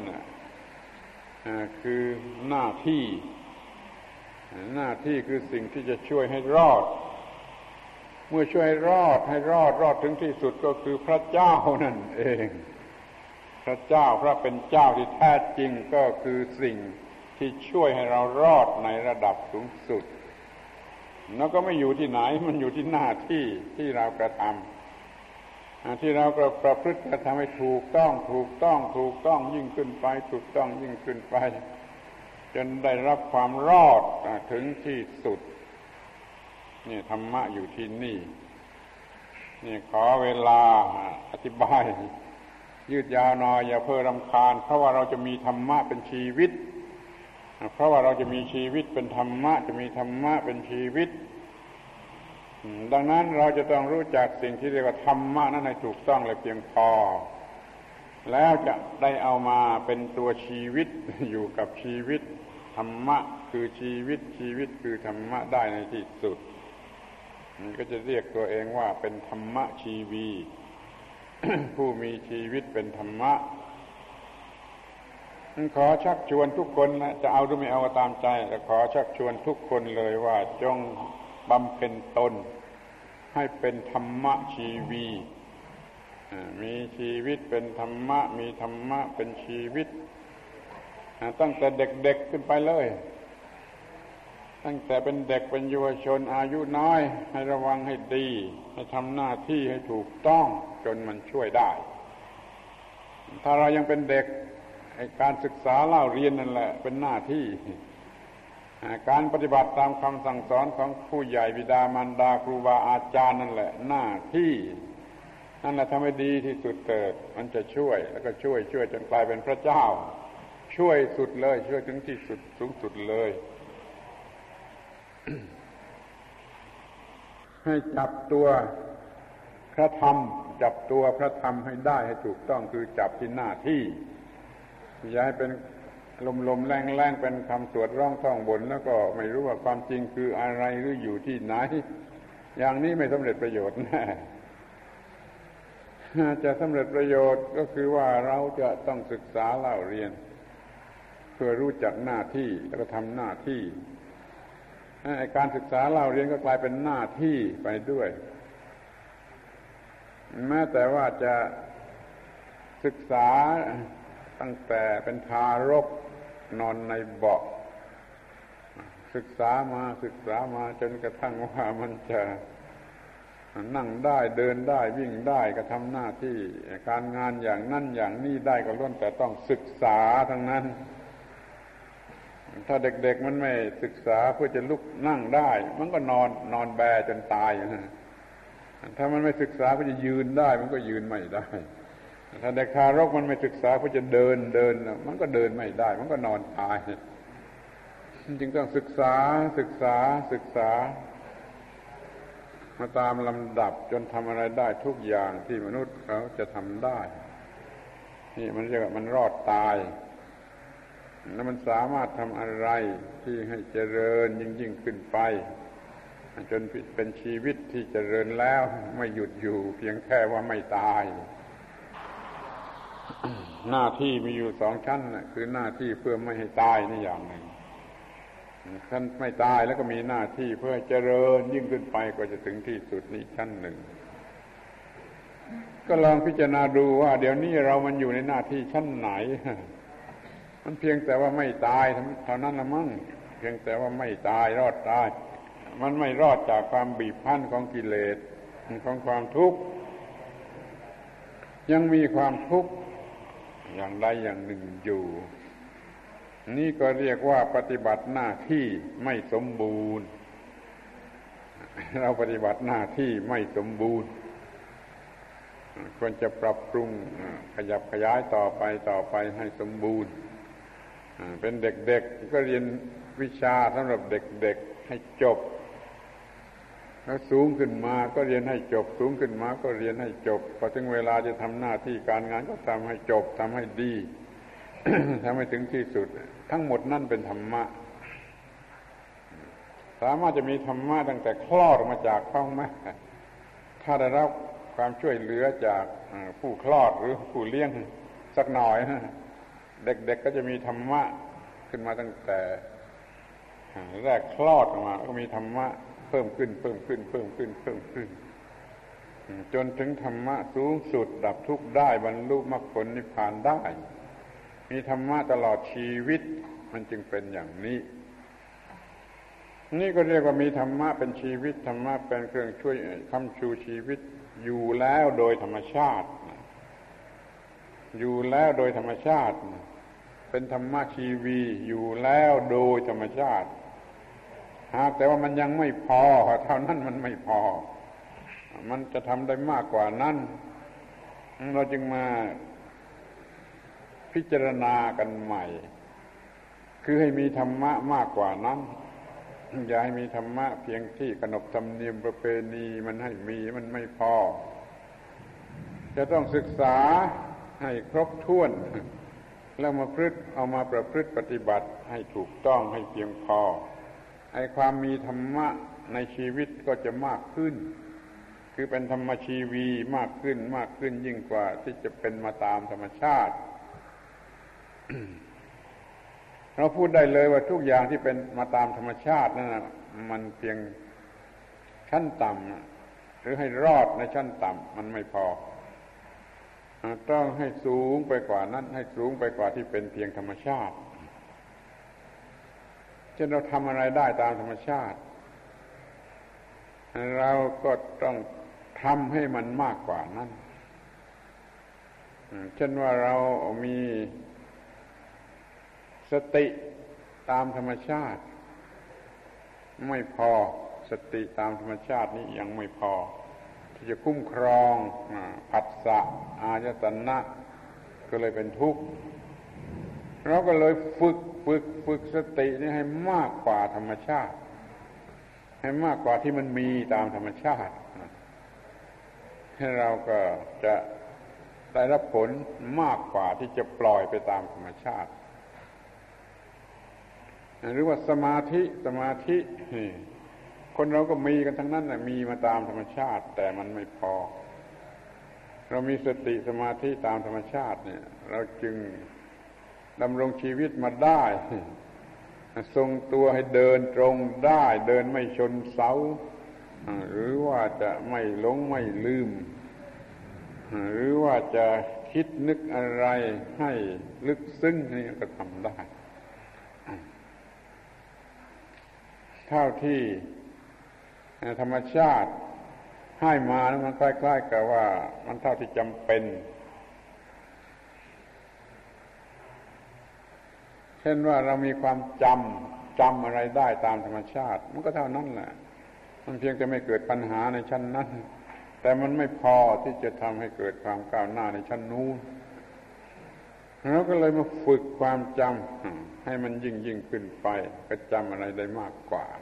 คือหน้าที่หน้าที่คือสิ่งที่จะช่วยให้รอดเมื่อช่วยให้รอดให้รอดรอดถึงที่สุดก็คือพระเจ้านั่นเองพระเจ้าพระเป็นเจ้าที่แท้จริงก็คือสิ่งที่ช่วยให้เรารอดในระดับสูงสุดแล้วก็ไม่อยู่ที่ไหนมันอยู่ที่หน้าที่ที่เรากระทำที่เราก็ประพฤติกระทำให้ถูกต้องถูกต้องถูกต้องยิ่งขึ้นไปถูกต้องยิ่งขึ้นไปจนได้รับความรอดถึงที่สุดนี่ธรรมะอยู่ที่นี่นี่ขอเวลาอธิบายยืดยาวหน่อยอย่าเพ้อรำคาญเพราะว่าเราจะมีธรรมะเป็นชีวิตเพราะว่าเราจะมีชีวิตเป็นธรรมะจะมีธรรมะเป็นชีวิตดังนั้นเราจะต้องรู้จักสิ่งที่เรียกว่าธรรมะนั้นให้ถูกต้องและเพียงพอแล้วจะได้เอามาเป็นตัวชีวิตอยู่กับชีวิตธรรมะคือชีวิตชีวิตคือธรรมะได้ในที่สุดมันก็จะเรียกตัวเองว่าเป็นธรรมะชีวี ผู้มีชีวิตเป็นธรรมะขอชักชวนทุกคนนะจะเอาหรือไม่เอาก็ตามใจแต่ขอชักชวนทุกคนเลยว่าจงบำเพ็ญตนให้เป็นธรรมะชีวีมีชีวิตเป็นธรรมะมีธรรมะเป็นชีวิตตั้งแต่เด็กๆขึ้นไปเลยตั้งแต่เป็นเด็กเป็นเยาวชนอายุน้อยให้ระวังให้ดีให้ทำหน้าที่ให้ถูกต้องจนมันช่วยได้ถ้าเรายังเป็นเด็กการศึกษาเล่าเรียนนั่นแหละเป็นหน้าที่การปฏิบัติตามคำสั่งสอนของผู้ใหญ่บิดามารดาครูบาอาจารย์นั่นแหละหน้าที่นั่นแหละทำให้ดีที่สุดเถิดมันจะช่วยแล้วก็ช่วยช่วยจนกลายเป็นพระเจ้าช่วยสุดเลยช่วยถึงที่สุดสูงสุดเลย ให้จับตัวพระธรรมจับตัวพระธรรมให้ได้ให้ถูกต้องคือจับที่หน้าที่อย่าให้เป็นลมๆแรงๆเป็นคำสวดร้องท่องบนแล้วก็ไม่รู้ว่าความจริงคืออะไรหรืออยู่ที่ไหนอย่างนี้ไม่สำเร็จประโยชน์แน่จะสำเร็จประโยชน์ก็คือว่าเราจะต้องศึกษาเล่าเรียนเพื่อรู้จักหน้าที่แล้วก็ทำหน้าที่การศึกษาเล่าเรียนก็กลายเป็นหน้าที่ไปด้วยแม้แต่ว่าจะศึกษาตั้งแต่เป็นทารกนอนในเบาะศึกษามาศึกษามาจนกระทั่งว่ามันจะนั่งได้เดินได้วิ่งได้ก็ทำหน้าที่การงานอย่างนั้นอย่างนี้ได้ก็ล้วนแต่ต้องศึกษาทั้งนั้นถ้าเด็กๆมันไม่ศึกษาเพื่อจะลุกนั่งได้มันก็นอนนอนแบจนตายนะถ้ามันไม่ศึกษาเพื่อจะยืนได้มันก็ยืนไม่ได้ถ้าเด็กทารกมันไม่ศึกษาเพื่อจะเดินเดินมันก็เดินไม่ได้มันก็นอนตายจึงต้องศึกษาศึกษาศึกษามาตามลำดับจนทำอะไรได้ทุกอย่างที่มนุษย์เขาจะทำได้นี่มันเรียกว่ามันรอดตายแล้วมันสามารถทำอะไรที่ให้เจริญยิ่งยิ่งขึ้นไปจนเป็นชีวิตที่เจริญแล้วไม่หยุดอยู่เพียงแค่ว่าไม่ตายหน้าที่มีอยู่สองชั้นนะคือหน้าที่เพื่อไม่ให้ตายนี่อย่างหนึ่งท่านไม่ตายแล้วก็มีหน้าที่เพื่อเจริญยิ่งขึ้นไปก็จะถึงที่สุดนี้ชั้นหนึ่งก็ลองพิจารณาดูว่าเดี๋ยวนี้เรามันอยู่ในหน้าที่ชั้นไหนมันเพียงแต่ว่าไม่ตายเท่านั้นละมั้งเพียงแต่ว่าไม่ตายรอดตายมันไม่รอดจากความบีบคั้นของกิเลสของความทุกข์ยังมีความทุกข์อย่างใดอย่างหนึ่งอยู่นี่ก็เรียกว่าปฏิบัติหน้าที่ไม่สมบูรณ์เราปฏิบัติหน้าที่ไม่สมบูรณ์ควรจะปรับปรุงขยับขยายต่อไปต่อไปให้สมบูรณ์เป็นเด็กๆก็เรียนวิชาสำหรับเด็กๆให้จบแล้วสูงขึ้นมาก็เรียนให้จบสูงขึ้นมาก็เรียนให้จบพอถึงเวลาจะทำหน้าที่การงานก็ทำให้จบทำให้ดี ทำให้ถึงที่สุดทั้งหมดนั่นเป็นธรรมะสามารถจะมีธรรมะตั้งแต่คลอดออกมาจากท้องแม่ถ้าได้รับความช่วยเหลือจากผู้คลอดหรือผู้เลี้ยงสักหน่อยเด็กๆก็จะมีธรรมะขึ้นมาตั้งแต่แรกคลอดออกมาก็มีธรรมะเพิ่มขึ้นเพิ่มขึ้นเพิ่มขึ้นเพิ่มขึ้นจนถึงธรรมะสูงสุดดับทุกข์ได้บรรลุมรรคผลนิพพานได้มีธรรมะตลอดชีวิตมันจึงเป็นอย่างนี้นี่ก็เรียกว่ามีธรรมะเป็นชีวิตธรรมะเป็นเครื่องช่วยค้ำชูชีวิตอยู่แล้วโดยธรรมชาติอยู่แล้วโดยธรรมชาติเป็นธรรมะชีวีอยู่แล้วโดยธรรมชาติหากแต่ว่ามันยังไม่พอเท่านั้นมันไม่พอมันจะทำได้มากกว่านั้นเราจึงมาพิจารณากันใหม่คือให้มีธรรมะมากกว่านั้นอย่าให้มีธรรมะเพียงที่ขนบธรรมเนียมประเพณีมันให้มีมันไม่พอจะต้องศึกษาให้ครบถ้วนแล้วมาพฤติเอามาประพฤติปฏิบัติให้ถูกต้องให้เพียงพอไอ้ความมีธรรมะในชีวิตก็จะมากขึ้นคือเป็นธรรมชีวีมากขึ้นมากขึ้นยิ่งกว่าที่จะเป็นมาตามธรรมชาติ เราพูดได้เลยว่าทุกอย่างที่เป็นมาตามธรรมชาตินั่นนะมันเพียงชั้นต่ำหรือให้รอดในชั้นต่ำมันไม่พอต้องให้สูงไปกว่านั้นให้สูงไปกว่าที่เป็นเพียงธรรมชาติเช่นเราทำอะไรได้ตามธรรมชาติเราก็ต้องทำให้มันมากกว่านั้นเช่นว่าเรามีสติตามธรรมชาติไม่พอสติตามธรรมชาตินี้ยังไม่พอที่จะคุ้มครองผัสสะอายตนะก็เลยเป็นทุกข์เราก็เลยฝึกฝึกฝึกสตินี้ให้มากกว่าธรรมชาติให้มากกว่าที่มันมีตามธรรมชาติให้เราก็จะได้รับผลมากกว่าที่จะปล่อยไปตามธรรมชาติหรือว่าสมาธิสมาธิคนเราก็มีกันทั้งนั้นแหละมีมาตามธรรมชาติแต่มันไม่พอเรามีสติสมาธิตามธรรมชาติเนี่ยเราจึงดำรงชีวิตมาได้ทรงตัวให้เดินตรงได้เดินไม่ชนเสาหรือว่าจะไม่หลงไม่ลืมหรือว่าจะคิดนึกอะไรให้ลึกซึ้งนี่ก็ทำได้เท่าที่ธรรมชาติให้มาแล้วมันคล้ายๆกับว่ามันเท่าที่จำเป็นเช่นว่าเรามีความจำจำอะไรได้ตามธรรมชาติมันก็เท่านั้นแหละมันเพียงแต่ไม่เกิดปัญหาในชั้นนั้นแต่มันไม่พอที่จะทำให้เกิดความก้าวหน้าในชั้นนู้นเราก็เลยมาฝึกความจำให้มันยิ่งยิ่งขึ้นไปก็จำอะไรได้มากกว่า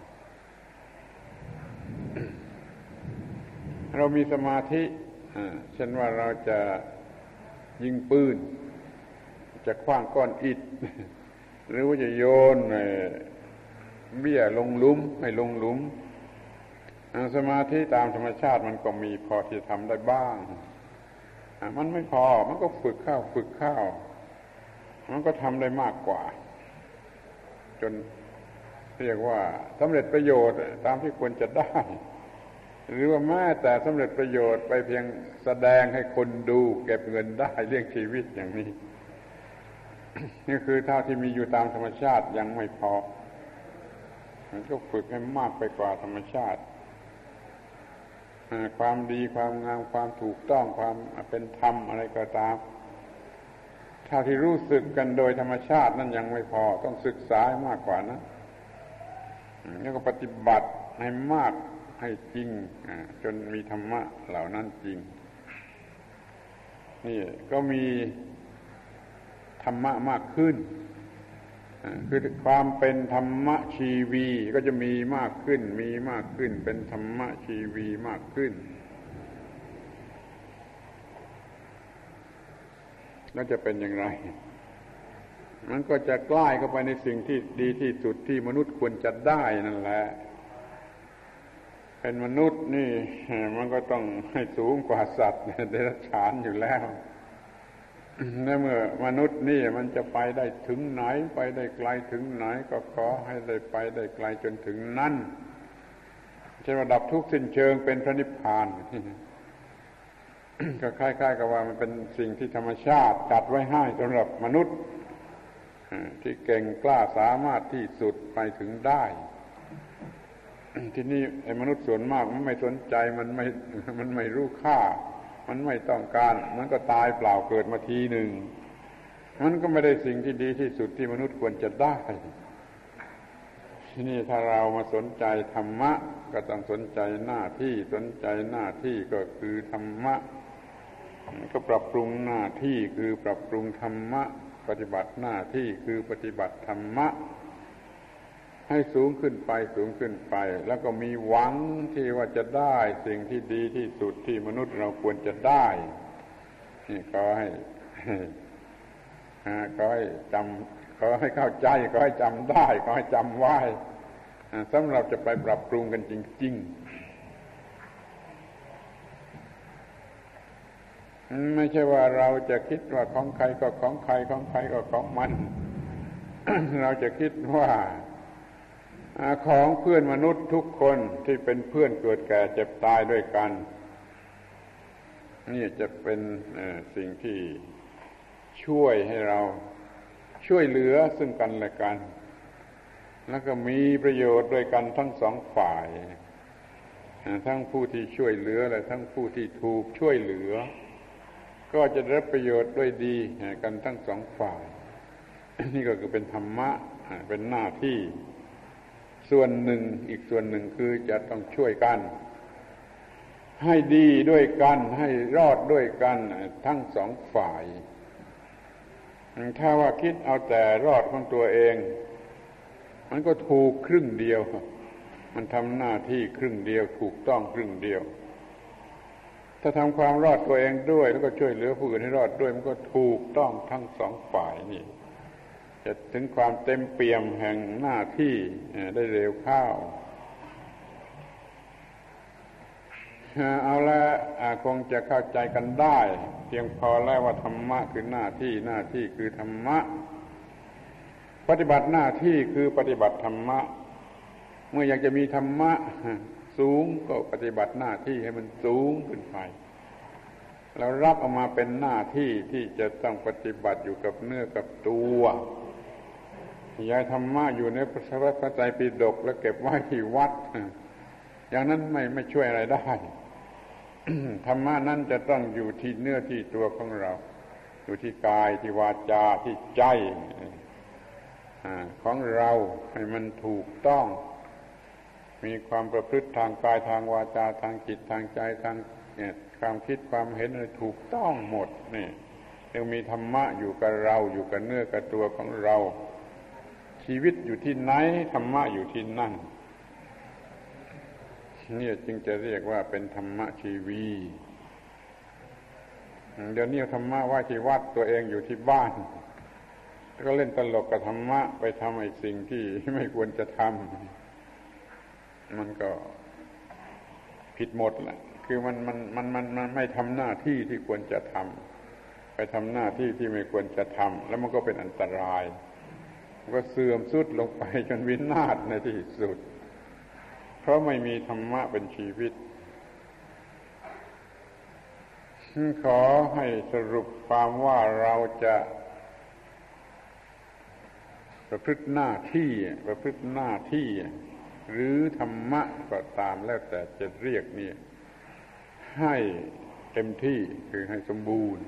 เรามีสมาธิเช่นว่าเราจะยิงปืนจะขว้างก้อนอิฐหรือว่าจะโยนเบี้ยลงหลุมให้ลงหลุมสมาธิตามธรรมชาติมันก็มีพอที่จะทำได้บ้างมันไม่พอมันก็ฝึกเข้าฝึกเข้ามันก็ทำได้มากกว่าจนเรียกว่าสำเร็จประโยชน์ตามที่ควรจะได้หรือว่าแม้แต่สำเร็จประโยชน์ไปเพียงแสดงให้คนดูเก็บเงินได้เลี้ยงชีวิตอย่างนี้นี่คือเท่าที่มีอยู่ตามธรรมชาติยังไม่พอมันก็ฝึกให้มากไปกว่าธรรมชาติความดีความงามความถูกต้องความเป็นธรรมอะไรก็ตามเท่าที่รู้สึกกันโดยธรรมชาตินั้นยังไม่พอต้องศึกษามากกว่านั้นแล้วก็ปฏิบัติให้มากให้จริงจนมีธรรมะเหล่านั้นจริงนี่ก็มีธรรมะมากขึ้นคือความเป็นธรรมะชีวีก็จะมีมากขึ้นมีมากขึ้นเป็นธรรมะชีวีมากขึ้นแล้วจะเป็นอย่างไรมันก็จะใกล้เข้าไปในสิ่งที่ดีที่สุดที่มนุษย์ควรจะได้นั่นแหละเป็นมนุษย์นี่มันก็ต้องให้สูงกว่าสัตว์เดรัจฉานอยู่แล้วในเมื่อมนุษย์นี่มันจะไปได้ถึงไหนไปได้ไกลถึงไหนก็ขอให้ได้ไปได้ไกลจนถึงนั่นเช่นว่าดับทุกข์สิ้นเชิงเป็นพระนิพพานก็คล้ายๆกับว่ามันเป็นสิ่งที่ธรรมชาติจัดไว้ให้สำหรับมนุษย์ที่เก่งกล้าสามารถที่สุดไปถึงได้ที่นี่ไอ้มนุษย์ส่วนมากมันไม่สนใจมันไม่มันไม่รู้ค่ามันไม่ต้องการมันก็ตายเปล่าเกิดมาทีหนึ่งมันก็ไม่ได้สิ่งที่ดีที่สุดที่มนุษย์ควรจะได้ที่นี่ถ้าเรามาสนใจธรรมะก็ต้องสนใจหน้าที่สนใจหน้าที่ก็คือธรรมะก็ปรับปรุงหน้าที่คือปรับปรุงธรรมะปฏิบัติหน้าที่คือปฏิบัติธรรมะให้สูงขึ้นไปสูงขึ้นไปแล้วก็มีหวังที่ว่าจะได้สิ่งที่ดีที่สุดที่มนุษย์เราควรจะได้นี่ขอให้ขอให้จำขอให้เข้าใจขอให้จำได้ขอให้จำไว้สำหรับจะไปปรับปรุงกันจริงๆไม่ใช่ว่าเราจะคิดว่าของใครก็ของใครของใครก็ของมัน เราจะคิดว่าของเพื่อนมนุษย์ทุกคนที่เป็นเพื่อนเกิดแก่เจ็บตายด้วยกันนี่จะเป็นสิ่งที่ช่วยให้เราช่วยเหลือซึ่งกันและกันแล้วก็มีประโยชน์ด้วยกันทั้งสองฝ่ายทั้งผู้ที่ช่วยเหลือและทั้งผู้ที่ถูกช่วยเหลือก็จะได้รับประโยชน์ด้วยดีกันทั้งสองฝ่ายนี่ก็คือเป็นธรรมะเป็นหน้าที่ส่วนหนึ่งอีกส่วนหนึ่งคือจะต้องช่วยกันให้ดีด้วยกันให้รอดด้วยกันทั้งสองฝ่ายถ้าว่าคิดเอาแต่รอดของตัวเองมันก็ถูกครึ่งเดียวมันทำหน้าที่ครึ่งเดียวถูกต้องครึ่งเดียวถ้าทำความรอดตัวเองด้วยแล้วก็ช่วยเหลือผู้อื่นให้รอดด้วยมันก็ถูกต้องทั้งสองฝ่ายนี่จะถึงความเต็มเปี่ยมแห่งหน้าที่ได้เร็วเข้าเอาละคงจะเข้าใจกันได้เพียงพอแล้วว่าธรรมะคือหน้าที่หน้าที่คือธรรมะปฏิบัติหน้าที่คือปฏิบัติธรรมะเมื่ออยากจะมีธรรมะสูงก็ปฏิบัติหน้าที่ให้มันสูงขึ้นไปแล้วรับเอามาเป็นหน้าที่ที่จะต้องปฏิบัติอยู่กับเนื้อกับตัวอย่าธรรมะอยู่ในพระไตรปิฎกแล้วเก็บไว้ที่วัดอย่างนั้นไม่ไม่ช่วยอะไรได้ ธรรมะนั้นจะต้องอยู่ที่เนื้อที่ตัวของเราอยู่ที่กายที่วาจาที่ใจของเราให้มันถูกต้องมีความประพฤติทางกายทางวาจาทางจิตทางใจทางเนี่ยความคิดความเห็นอะไรถูกต้องหมดนี่ยังมีธรรมะอยู่กับเราอยู่กับเนื้อกับตัวของเราชีวิตอยู่ที่ไหนธรรมะอยู่ที่นั่นนี่จึงจะเรียกว่าเป็นธรรมะชีวีเดี๋ยวนี้ธรรมะว่าที่วัดตัวเองอยู่ที่บ้านก็เล่นตลกกับธรรมะไปทำไอ้สิ่งที่ไม่ควรจะทำมันก็ผิดหมดแหละคือมันมันมันมันมันไม่ทำหน้าที่ที่ควรจะทำไปทำหน้าที่ที่ไม่ควรจะทำแล้วมันก็เป็นอันตรายมันก็เสื่อมทรุดลงไปจนวินาศในที่สุดเพราะไม่มีธรรมะเป็นชีวิตขอให้สรุปความว่าเราจะประพฤติหน้าที่ประพฤติหน้าที่หรือธรรมะก็ตามแล้วแต่จะเรียกนี่ให้เต็มที่คือให้สมบูรณ์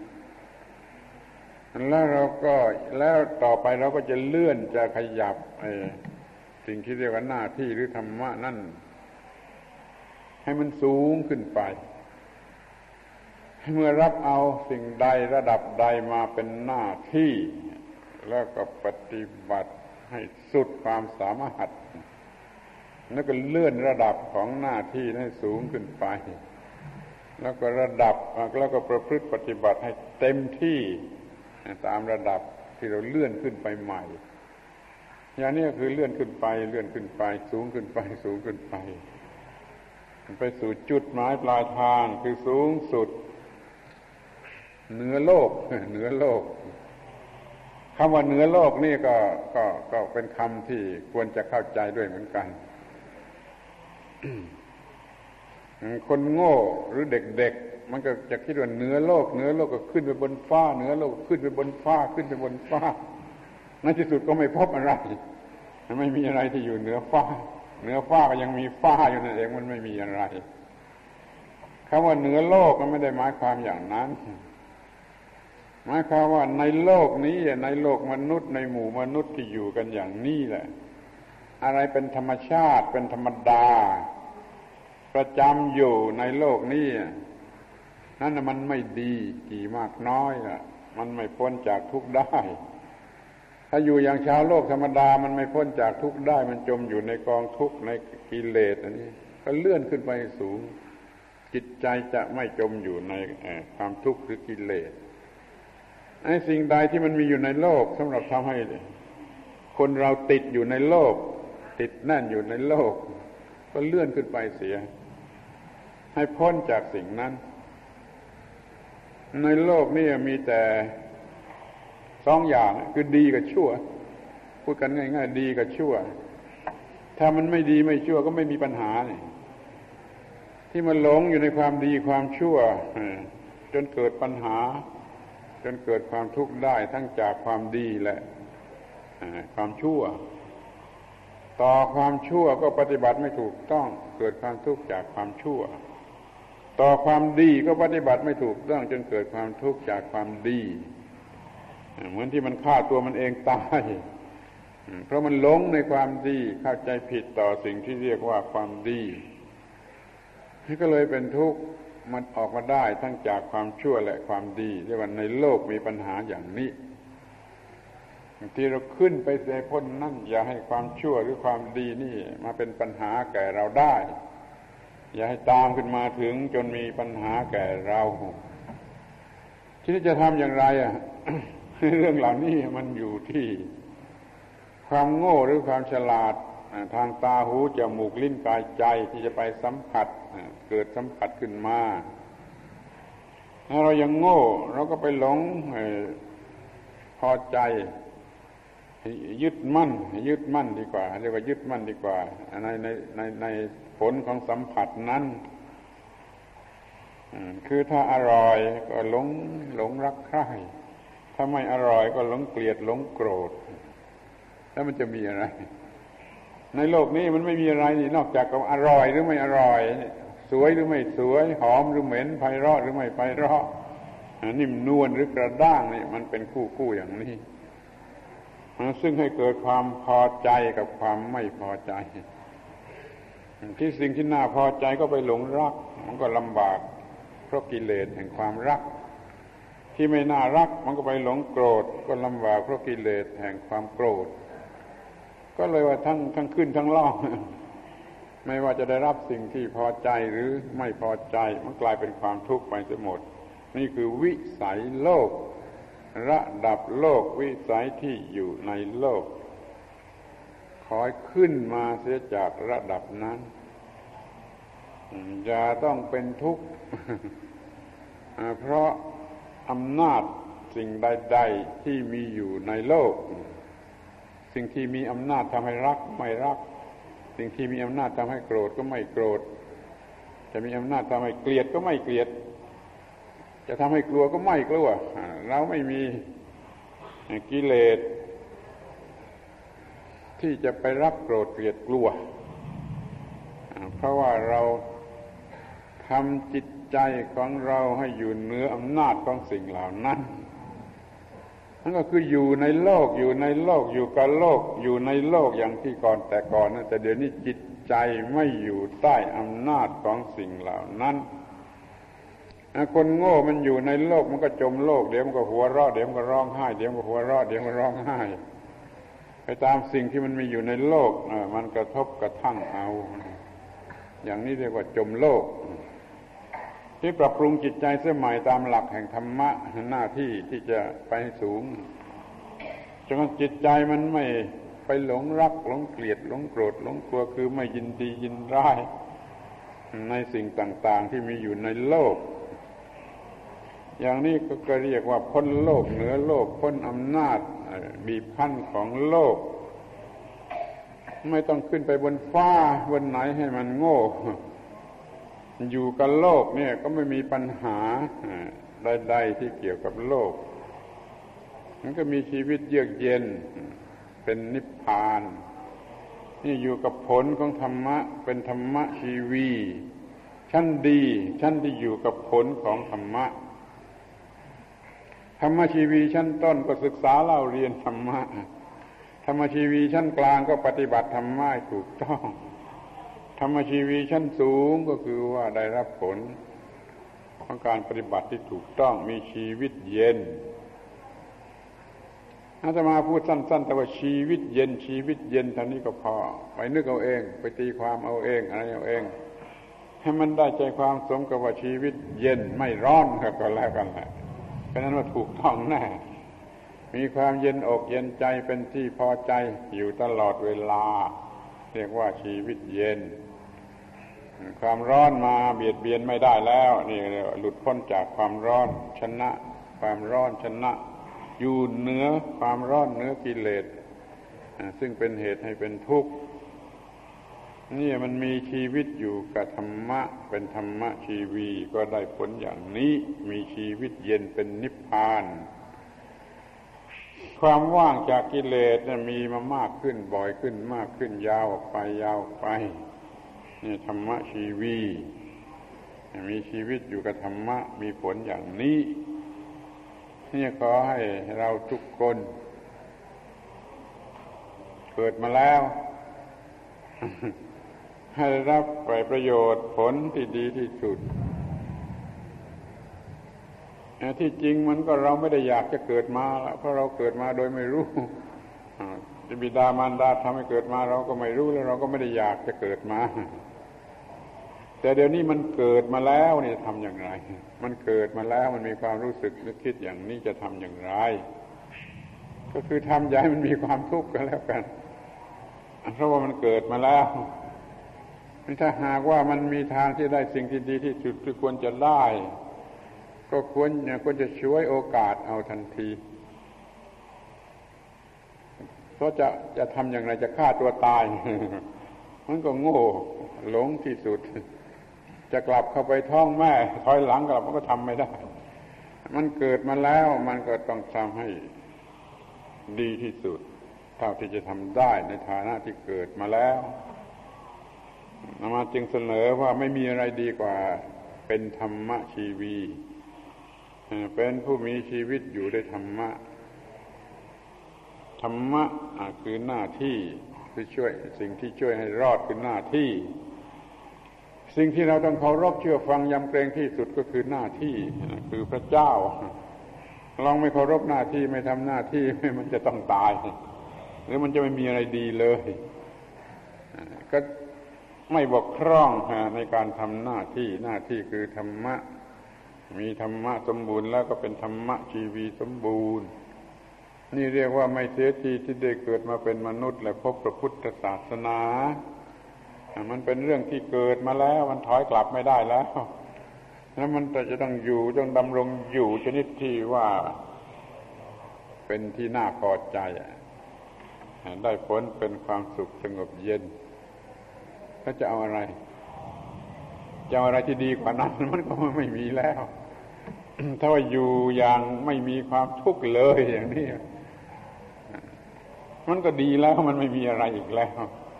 แล้วเราก็แล้วต่อไปเราก็จะเลื่อนจะขยับไอ้สิ่งที่เรียกว่าหน้าที่หรือธรรมะนั่นให้มันสูงขึ้นไปเมื่อรับเอาสิ่งใดระดับใดมาเป็นหน้าที่แล้วก็ปฏิบัติให้สุดความสามารถแล้วก็เลื่อนระดับของหน้าที่ให้สูงขึ้นไปแล้วก็ระดับแล้วก็ประพฤติปฏิบัติให้เต็มที่ตามระดับที่เราเลื่อนขึ้นไปใหม่อย่างนี้คือเลื่อนขึ้นไปเลื่อนขึ้นไปสูงขึ้นไปสูงขึ้นไปไปสู่จุดหมายปลายทางคือสูงสุดเหนือโลกเหนือโลกคำว่าเหนือโลกนี่ก็ก็ก็เป็นคำที่ควรจะเข้าใจด้วยเหมือนกัน คนโง่หรือเด็กๆมันก็จะคิดว่าเหนือโลกเหนือโลกก็ขึ้นไปบนฟ้าเหนือโลกขึ้นไปบนฟ้าขึ้นไปบนฟ้าในที่สุดก็ไม่พบอะไรไม่มีอะไรที่อยู่เหนือฟ้าเหนือฟ้าก็ยังมีฟ้าอยู่นั่นเองมันไม่มีอะไรคำว่าเหนือโลกก็ไม่ได้หมายความอย่างนั้นหมายความว่าในโลกนี้ในโลกมนุษย์ในหมู่มนุษย์ที่อยู่กันอย่างนี้แหละอะไรเป็นธรรมชาติเป็นธรรมดาประจำอยู่ในโลกนี้นั่นมันไม่ดีกี่มากน้อยอ่ะมันไม่พ้นจากทุกข์ได้ถ้าอยู่อย่างชาวโลกธรรมดามันไม่พ้นจากทุกข์ได้มันจมอยู่ในกองทุกข์ในกิเลสอันนี้ก็เลื่อนขึ้นไปสูงจิตใจจะไม่จมอยู่ในความทุกข์หรือกิเลสไอ้สิ่งใดที่มันมีอยู่ในโลกสำหรับทำให้คนเราติดอยู่ในโลกติดแน่นอยู่ในโลกก็เลื่อนขึ้นไปเสียให้พ้นจากสิ่งนั้นในโลกนี่มีแต่สองอย่างคือดีกับชั่วพูดกันง่ายๆดีกับชั่วถ้ามันไม่ดีไม่ชั่วก็ไม่มีปัญหานี่ที่มันหลงอยู่ในความดีความชั่วจนเกิดปัญหาจนเกิดความทุกข์ได้ทั้งจากความดีและความชั่วต่อความชั่วก็ปฏิบัติไม่ถูกต้องเกิดความทุกข์จากความชั่วต่อความดีก็ปฏิบัติไม่ถูกต้องจนเกิดความทุกข์จากความดีเหมือนที่มันฆ่าตัวมันเองตายเพราะมันหลงในความดีเข้าใจผิดต่อสิ่งที่เรียกว่าความดีนี่ก็เลยเป็นทุกข์มันออกมาได้ทั้งจากความชั่วและความดีเรียกว่าในโลกมีปัญหาอย่างนี้ที่เราขึ้นไปเสียพ้นนั่นอย่าให้ความชั่วหรือความดีนี่มาเป็นปัญหาแก่เราได้อย่าให้ตามขึ้นมาถึงจนมีปัญหาแก่เราทีนี้จะทำอย่างไรอ่ะ เรื่องเหล่านี้มันอยู่ที่ความโง่หรือความฉลาดทางตาหูจมูกลิ้นกายใจที่จะไปสัมผัสเกิดสัมผัสขึ้นมาถ้าเรายังโง่เราก็ไปหลงพอใจยึดมั่นยึดมั่นดีกว่าเรียกว่ายึดมั่นดีกว่าในในในในผลของสัมผัสนั้นคือถ้าอร่อยก็หลงหลงรักใคร่ถ้าไม่อร่อยก็หลงเกลียดหลงโกรธแล้วมันจะมีอะไรในโลกนี้มันไม่มีอะไรนี่นอกจากอร่อยหรือไม่อร่อยสวยหรือไม่สวยหอมหรือเหม็นไพเราะหรือไม่ไพเราะนิ่มนวลหรือกระด้างนี่มันเป็นคู่คู่อย่างนี้ซึ่งให้เกิดความพอใจกับความไม่พอใจที่สิ่งที่น่าพอใจก็ไปหลงรักมันก็ลำบากเพราะกิเลสแห่งความรักที่ไม่น่ารักมันก็ไปหลงโกรธก็ลำบากเพราะกิเลสแห่งความโกรธก็เลยว่าทั้งทั้งขึ้นทั้งล่องไม่ว่าจะได้รับสิ่งที่พอใจหรือไม่พอใจมันกลายเป็นความทุกข์ไปเสียหมดนี่คือวิสัยโลกระดับโลกวิสัยที่อยู่ในโลกขอให้ขึ้นมาเสียจากระดับนั้นอย่าต้องเป็นทุกข์เพราะอำนาจสิ่งใดๆที่มีอยู่ในโลกสิ่งที่มีอำนาจทำให้รักไม่รักสิ่งที่มีอำนาจทำให้โกรธก็ไม่โกรธจะมีอำนาจทำให้เกลียดก็ไม่เกลียดจะทำให้กลัวก็ไม่กลัวเราไม่มีกิเลสที่จะไปรักโกรธเกลียดกลัวเพราะว่าเราทำจิตใจของเราให้อยู่เหนืออำนาจของสิ่งเหล่านั้นนั่นก็คืออยู่ในโลกอยู่ในโลกอยู่กับโลกอยู่ในโลกอย่างที่ก่อนแต่ก่อนนะแต่เดี๋ยวนี้จิตใจไม่อยู่ใต้อำนาจของสิ่งเหล่านั้นคนโง่มันอยู่ในโลกมันก็จมโลกเดี๋ยวมันก็หัวเราะเดี๋ยวมันก็ร้องไห้เดี๋ยวมันก็หัวเราะเดี๋ยวมันก็ร้องไห้ไปตามสิ่งที่มันมีอยู่ในโลกมันกระทบกระทั่งเอาอย่างนี้เรียกว่าจมโลกที่ปรับปรุงจิตใจเสียใหม่ตามหลักแห่งธรรมะหน้าที่ที่จะไปสูงจนจิตใจมันไม่ไปหลงรักหลงเกลียดหลงโกรธหลงกลัวคือไม่ยินดียินร้ายในสิ่งต่างๆที่มีอยู่ในโลกอย่างนี้ก็เรียกว่าพ้นโลกเหนือโลกพ้นอำนาจบีบคั้นของโลกไม่ต้องขึ้นไปบนฟ้าบนไหนให้มันโง่อยู่กับโลกเนี่ยก็ไม่มีปัญหาใดๆที่เกี่ยวกับโลกมันก็มีชีวิตเยือกเย็นเป็นนิพพานนี่อยู่กับผลของธรรมะเป็นธรรมะชีวีชั้นดีชั้นที่อยู่กับผลของธรรมะธรรมะชีวีชั้นต้นก็ศึกษาเล่าเรียนธรรมะธรรมะชีวีชั้นกลางก็ปฏิบัติธรรมะถูกต้องธรรมชีวีชั้นสูงก็คือว่าได้รับผลของการปฏิบัติที่ถูกต้องมีชีวิตเย็นอาตมาพูดสั้นๆแต่ว่าชีวิตเย็นชีวิตเย็นเท่านี้ก็พอไปนึกเอาเองไปตีความเอาเองอะไรเอาเองให้มันได้ใจความสมกับว่าชีวิตเย็นไม่ร้อนก็แล้วกันแหละเพราะนั้นว่าถูกต้องแน่มีความเย็นอกเย็นใจเป็นที่พอใจอยู่ตลอดเวลาเรียกว่าชีวิตเย็นความร้อนมาเบียดเบียนไม่ได้แล้วนี่หลุดพ้นจากความร้อนชนะความร้อนชนะอยู่เหนือความร้อนเหนือกิเลสซึ่งเป็นเหตุให้เป็นทุกข์นี่มันมีชีวิตอยู่กับธรรมะเป็นธรรมะชีวีก็ได้ผลอย่างนี้มีชีวิตเย็นเป็นนิพพานความว่างจากกิเลสเนี่ยมีมามากขึ้นบ่อยขึ้นมากขึ้นยาวออกไปยาวออกไปนี่ธรรมะชีวีมีชีวิตอยู่กับธรรมะมีผลอย่างนี้นี่ขอให้เราทุกคนเกิดมาแล้วให้รับไปประโยชน์ผลที่ดีที่สุดที่จริงมันก็เราไม่ได้อยากจะเกิดมาละเพราะเราเกิดมาโดยไม่รู้บิดามารดาทำให้เกิดมาเราก็ไม่รู้แล้วเราก็ไม่ได้อยากจะเกิดมาแต่เดี๋ยวนี้มันเกิดมาแล้วนี่ทำอย่างไรมันเกิดมาแล้วมันมีความรู้สึกนึกคิดอย่างนี้จะทำอย่างไรก็คือทำอย่าให้มันมีความทุกข์กันแล้วกันเพราะว่ามันเกิดมาแล้วถ้าหากว่ามันมีทางที่ได้สิ่งที่ดีที่สุดที่ควรจะได้ก็ควรควรจะช่วยโอกาสเอาทันทีเพราะจะจะทำอย่างไรจะฆ่าตัวตายมันก็โง่หลงที่สุดจะกลับเข้าไปท้องแม่ถอยหลังกลับมันก็ทำไม่ได้มันเกิดมาแล้วมันก็ต้องทำให้ดีที่สุดเท่าที่จะทำได้ในฐานะที่เกิดมาแล้วอาตมาจึงเสนอว่าไม่มีอะไรดีกว่าเป็นธรรมะชีวีเป็นผู้มีชีวิตอยู่ด้วยธรรมะธรรมะคือหน้าที่ที่ช่วยสิ่งที่ช่วยให้รอดคือหน้าที่สิ่งที่เราต้องเคารพเชื่อฟังยำเกรงที่สุดก็คือหน้าที่คือพระเจ้าลองไม่เคารพหน้าที่ไม่ทำหน้าที่มันจะต้องตายหรือมันจะไม่มีอะไรดีเลยก็ไม่บกพร่องในการทำหน้าที่หน้าที่คือธรรมะมีธรรมะสมบูรณ์แล้วก็เป็นธรรมะชีวีสมบูรณ์นี่เรียกว่าไม่เสียทีที่ได้เกิดมาเป็นมนุษย์และพบพระพุทธศาสนามันเป็นเรื่องที่เกิดมาแล้วมันถอยกลับไม่ได้แล้วแล้วมันจะต้องอยู่ต้องดำรงอยู่ชนิดที่ว่าเป็นที่น่าพอใจได้ผลเป็นความสุขสงบเย็นก็จะเอาอะไรจะเอาอะไรที่ดีกว่านั้นมันก็ไม่มีแล้วถ้าว่าอยู่อย่างไม่มีความทุกข์เลยอย่างนี้มันก็ดีแล้วมันไม่มีอะไรอีกแล้ว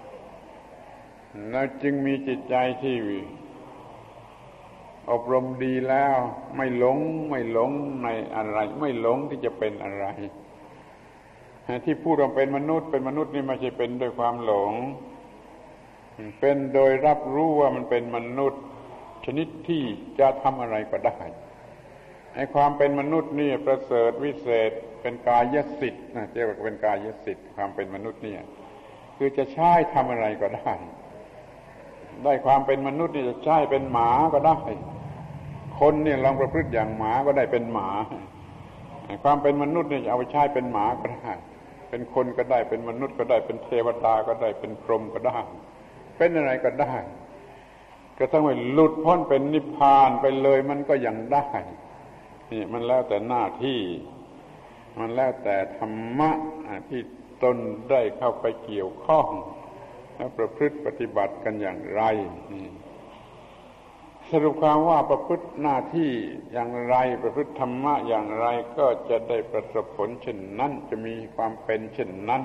แล้วจึงมีจิตใจที่อบรมดีแล้วไม่หลงไม่หลงในอะไรไม่หลงที่จะเป็นอะไรที่พูดว่าเป็นมนุษย์เป็นมนุษย์นี่ไม่ใช่เป็นโดยความหลงเป็นโดยรับรู้ว่ามันเป็นมนุษย์ชนิดที่จะทำอะไรก็ได้ไอ้ความเป็นมนุษย์นี่ประเสริฐวิเศษเป็นกายสิทธิ์นะเรียกว่าเป็นกายสิทธิ์ความเป็นมนุษย์นี่คือจะใช้ทำอะไรก็ได้ได้ความเป็นมนุษย์นี่จะใช้เป็นหมาก็ได้คนเนี่ยลองประพฤติอย่างหมาก็ได้เป็นหมาความเป็นมนุษย์นี่จะเอาไปใช้เป็นหมาก็ได้เป็นคนก็ได้เป็นมนุษย์ก็ได้เป็นเทวดาก็ได้เป็นพรหมก็ได้เป็นอะไรก็ได้ก็ทั้งว่าหลุดพ้นเป็นนิพพานไปเลยมันก็ยังได้นี่มันแล้วแต่หน้าที่มันแล้วแต่ธรรมะที่ตนได้เข้าไปเกี่ยวข้องและประพฤติปฏิบัติกันอย่างไรสรุปความว่าประพฤติหน้าที่อย่างไรประพฤติธรรมะอย่างไรก็จะได้ประสบผลเช่นนั้นจะมีความเป็นเช่นนั้น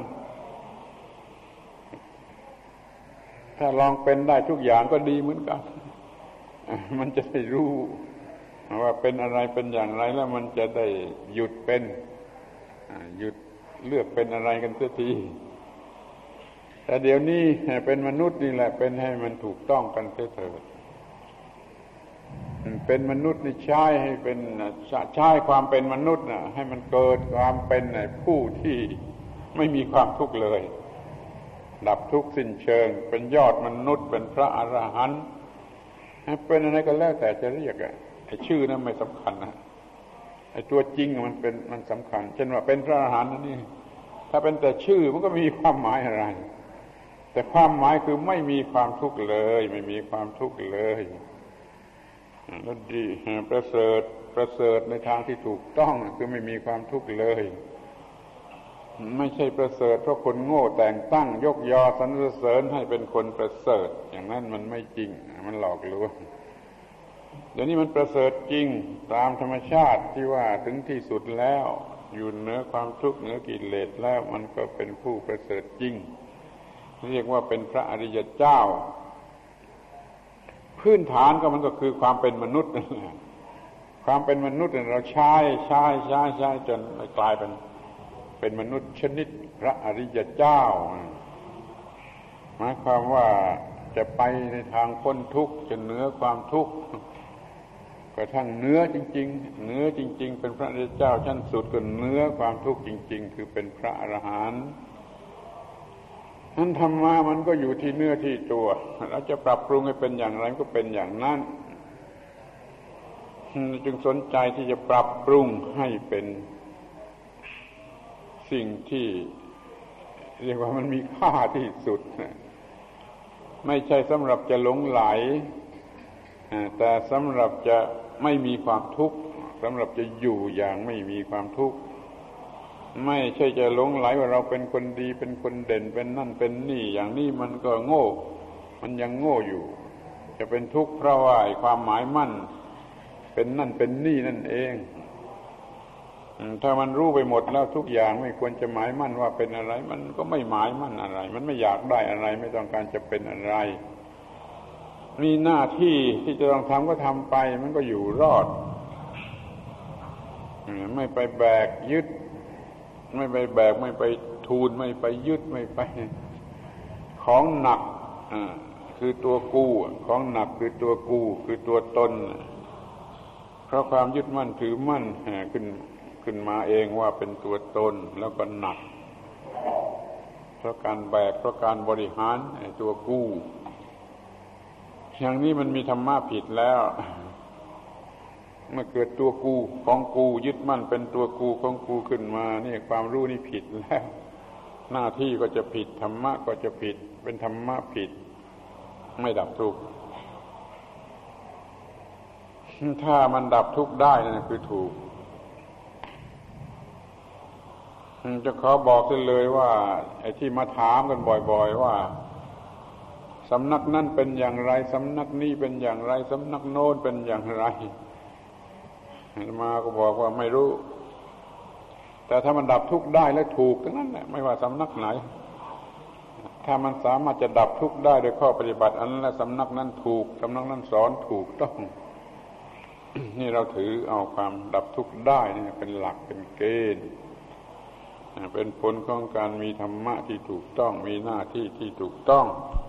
ถ้าลองเป็นได้ทุกอย่างก็ดีเหมือนกันมันจะได้รู้ว่าเป็นอะไรเป็นอย่างไรแล้วมันจะได้หยุดเป็นหยุดเลือกเป็นอะไรกันเสียทีแต่เดี๋ยวนี้เป็นมนุษย์นี่แหละเป็นให้มันถูกต้องกันเสียเถิดเป็นมนุษย์นี่ใช้ให้เป็นใช้ความเป็นมนุษย์น่ะให้มันเกิดความเป็นในผู้ที่ไม่มีความทุกข์เลยดับทุกข์สิ้นเชิงเป็นยอดมนุษย์เป็นพระอรหันต์เป็นอะไรก็แล้วแต่จะเรียกอ่ะไอ้ชื่อนั้นไม่สำคัญนะไอ้ตัวจริงมันเป็นมันสำคัญเช่นว่าเป็นพระอรหันต์นี่ถ้าเป็นแต่ชื่อมันก็ไม่มีความหมายอะไรแต่ความหมายคือไม่มีความทุกข์เลยไม่มีความทุกข์เลยแล้วดีประเสริฐประเสริฐในทางที่ถูกต้องคือไม่มีความทุกข์เลยไม่ใช่ประเสริฐเพราะคนโง่แต่งตั้งยกยอสรรเสริญให้เป็นคนประเสริฐอย่างนั้นมันไม่จริงมันหลอกลวงเดี๋ยวนี้มันประเสริฐจริงตามธรรมชาติที่ว่าถึงที่สุดแล้วอยู่เหนือความทุกข์เหนือกิเลสแล้วมันก็เป็นผู้ประเสริฐจริงเรียกว่าเป็นพระอริยเจ้าพื้นฐานก็มันก็คือความเป็นมนุษย์นั่นแหละความเป็นมนุษย์เราใช้ใช้ใช้ใช้จนกลายเป็นเป็นมนุษย์ชนิดพระอริยเจ้าหมายความว่าจะไปในทางพ้นทุกข์จะเหนือความทุกข์กระทั่งเหนือจริงๆเหนือจริงๆเป็นพระอริยเจ้าชั้นสุดก็เหนือความทุกข์จริงๆคือเป็นพระอรหันต์นั้นธรรมะมันก็อยู่ที่เนื้อที่ตัวเราจะปรับปรุงให้เป็นอย่างไรก็เป็นอย่างนั้นจึงสนใจที่จะปรับปรุงให้เป็นสิ่งที่เรียกว่ามันมีค่าที่สุดไม่ใช่สำหรับจะหลงไหลแต่สำหรับจะไม่มีความทุกข์สำหรับจะอยู่อย่างไม่มีความทุกข์ไม่ใช่จะหลงไหลว่าเราเป็นคนดีเป็นคนเด่นเป็นนั่นเป็นนี่อย่างนี้มันก็โง่มันยังโง่อยู่จะเป็นทุกข์เพราะว่าความหมายมั่นเป็นนั่นเป็นนี่นั่นเองถ้ามันรู้ไปหมดแล้วทุกอย่างไม่ควรจะหมายมั่นว่าเป็นอะไรมันก็ไม่หมายมั่นอะไรมันไม่อยากได้อะไรไม่ต้องการจะเป็นอะไรมีหน้าที่ที่จะต้องทำก็ทำไปมันก็อยู่รอดไม่ไปแบกยึดไม่ไปแบกไม่ไปทูลไม่ไปยึดไม่ไปของหนักคือตัวกูของหนักคือตัวกูคือตัวตนเพราะความยึดมั่นถือมั่นขึ้นขึ้นมาเองว่าเป็นตัวตนแล้วก็หนักเพราะการแบกเพราะการบริหารตัวกูอย่างนี้มันมีธรรมะผิดแล้วเมื่อเกิดตัวกูของกูยึดมั่นเป็นตัวกูของกูขึ้นมานี่ความรู้นี่ผิดแล้วหน้าที่ก็จะผิดธรรมะก็จะผิดเป็นธรรมะผิดไม่ดับทุกข์ถ้ามันดับทุกข์ได้นั่นคือถูกจะขอบอกกันเลยว่าไอ้ที่มาถามกันบ่อยๆว่าสำนักนั้นเป็นอย่างไรสำนักนี้เป็นอย่างไรสำนักโน้นเป็นอย่างไรมาก็บอกว่าไม่รู้แต่ถ้ามันดับทุกข์ได้แล้วถูกทั้งนั้นแหละไม่ว่าสำนักไหนถ้ามันสามารถจะดับทุกข์ได้โดยข้อปฏิบัติอันนั้นและสำนักนั้นถูกสำนักนั้นสอนถูกต้อง นี่เราถือเอาความดับทุกข์ได้นี่เป็นหลักเป็นเกณฑ์เป็นผลของการมีธรรมะที่ถูกต้องมีหน้าที่ที่ถูกต้อง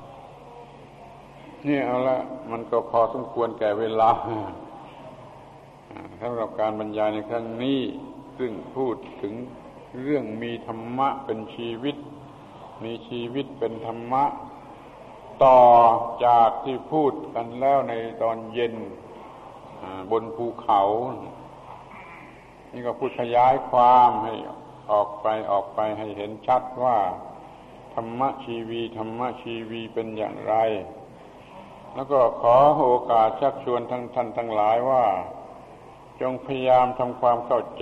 นี่เอาละมันก็พอสมควรแก่เวลาสำหรับการบรรยายในครั้งนี้ซึ่งพูดถึงเรื่องมีธรรมะเป็นชีวิตมีชีวิตเป็นธรรมะต่อจากที่พูดกันแล้วในตอนเย็นบนภูเขานี่ก็พูดขยายความให้ออกไปออกไปให้เห็นชัดว่าธรรมะชีวีธรรมะชีวีเป็นอย่างไรแล้วก็ขอโอกาสชักชวนทั้งท่านทั้งหลายว่าจงพยายามทำความเข้าใจ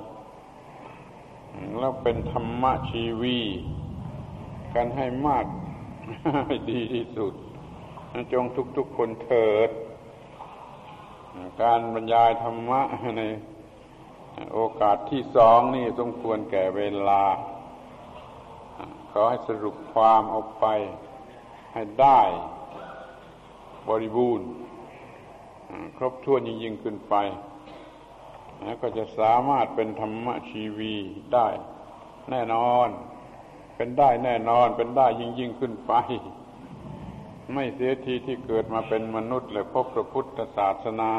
แล้วเป็นธรรมะชีวีกันให้มากให้ดีที่สุดจงทุกๆคนเถิดการบรรยายธรรมะในโอกาสที่สองนี่สมควรแก่เวลาขอให้สรุปความเอาไปให้ได้บริบูรณ์ครบถ้วนยิ่งๆขึ้นไปแล้วก็จะสามารถเป็นธรรมะชีวีได้แน่นอนเป็นได้แน่นอนเป็นได้ยิ่งๆขึ้นไปไม่เสียทีที่เกิดมาเป็นมนุษย์และพบพระพุทธศาสนา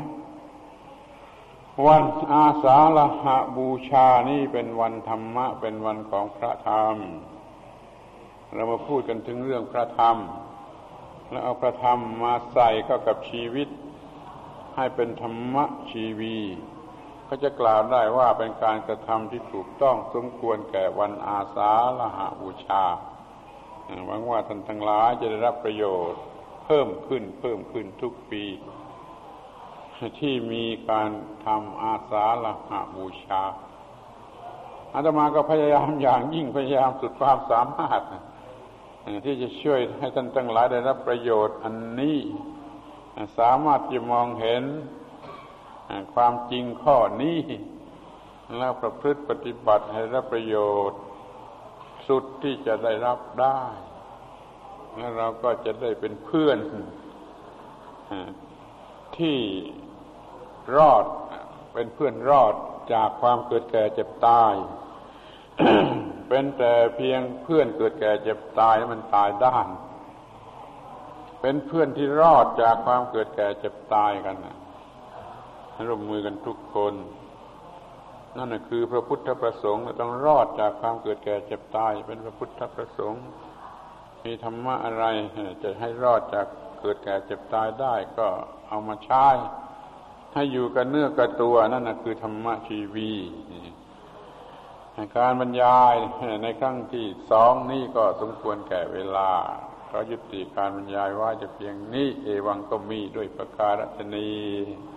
วันอาสาฬหบูชานี่เป็นวันธรรมะเป็นวันของพระธรรมเรามาพูดกันถึงเรื่องพระธรรมแล้วเอาพระธรรมมาใส่เข้ากับชีวิตให้เป็นธรรมะชีวีก็จะกล่าวได้ว่าเป็นการกระทำที่ถูกต้องสมควรแก่วันอาสาฬหบูชาหวังว่าท่านทั้งหลายจะได้รับประโยชน์เพิ่มขึ้นเพิ่มขึ้นทุกปีที่มีการทำอาสาฬหบูชาอาตมาก็พยายามอย่างยิ่งพยายามสุดความสามารถที่จะช่วยให้ท่านทั้งหลายได้รับประโยชน์อันนี้สามารถจะมองเห็นความจริงข้อนี้แล้วประพฤติปฏิบัติให้รับประโยชน์สุดที่จะได้รับได้แล้วเราก็จะได้เป็นเพื่อนที่รอดเป็นเพื่อนรอดจากความเกิดแก่เจ็บตาย เป็นแต่เพียงเพื่อนเกิดแก่เจ็บตายมันตายด้านเป็นเพื่อนที่รอดจากความเกิดแก่เจ็บตายกันให้ร่วมมือกันทุกคนนั่นน่ะคือพระพุทธประสงค์ต้องรอดจากความเกิดแก่เจ็บตายเป็นพระพุทธประสงค์มีธรรมะอะไรจะให้รอดจากเกิดแก่เจ็บตายได้ก็เอามาใช้ให้อยู่กับเนื้อกับตัวนั่นน่ะคือธรรมะชีวีการบรรยายในครั้งที่สองนี้ก็สมควรแก่เวลาขอยุติการบรรยายว่าจะเพียงนี้เอวังก็มีด้วยประการฉะนี้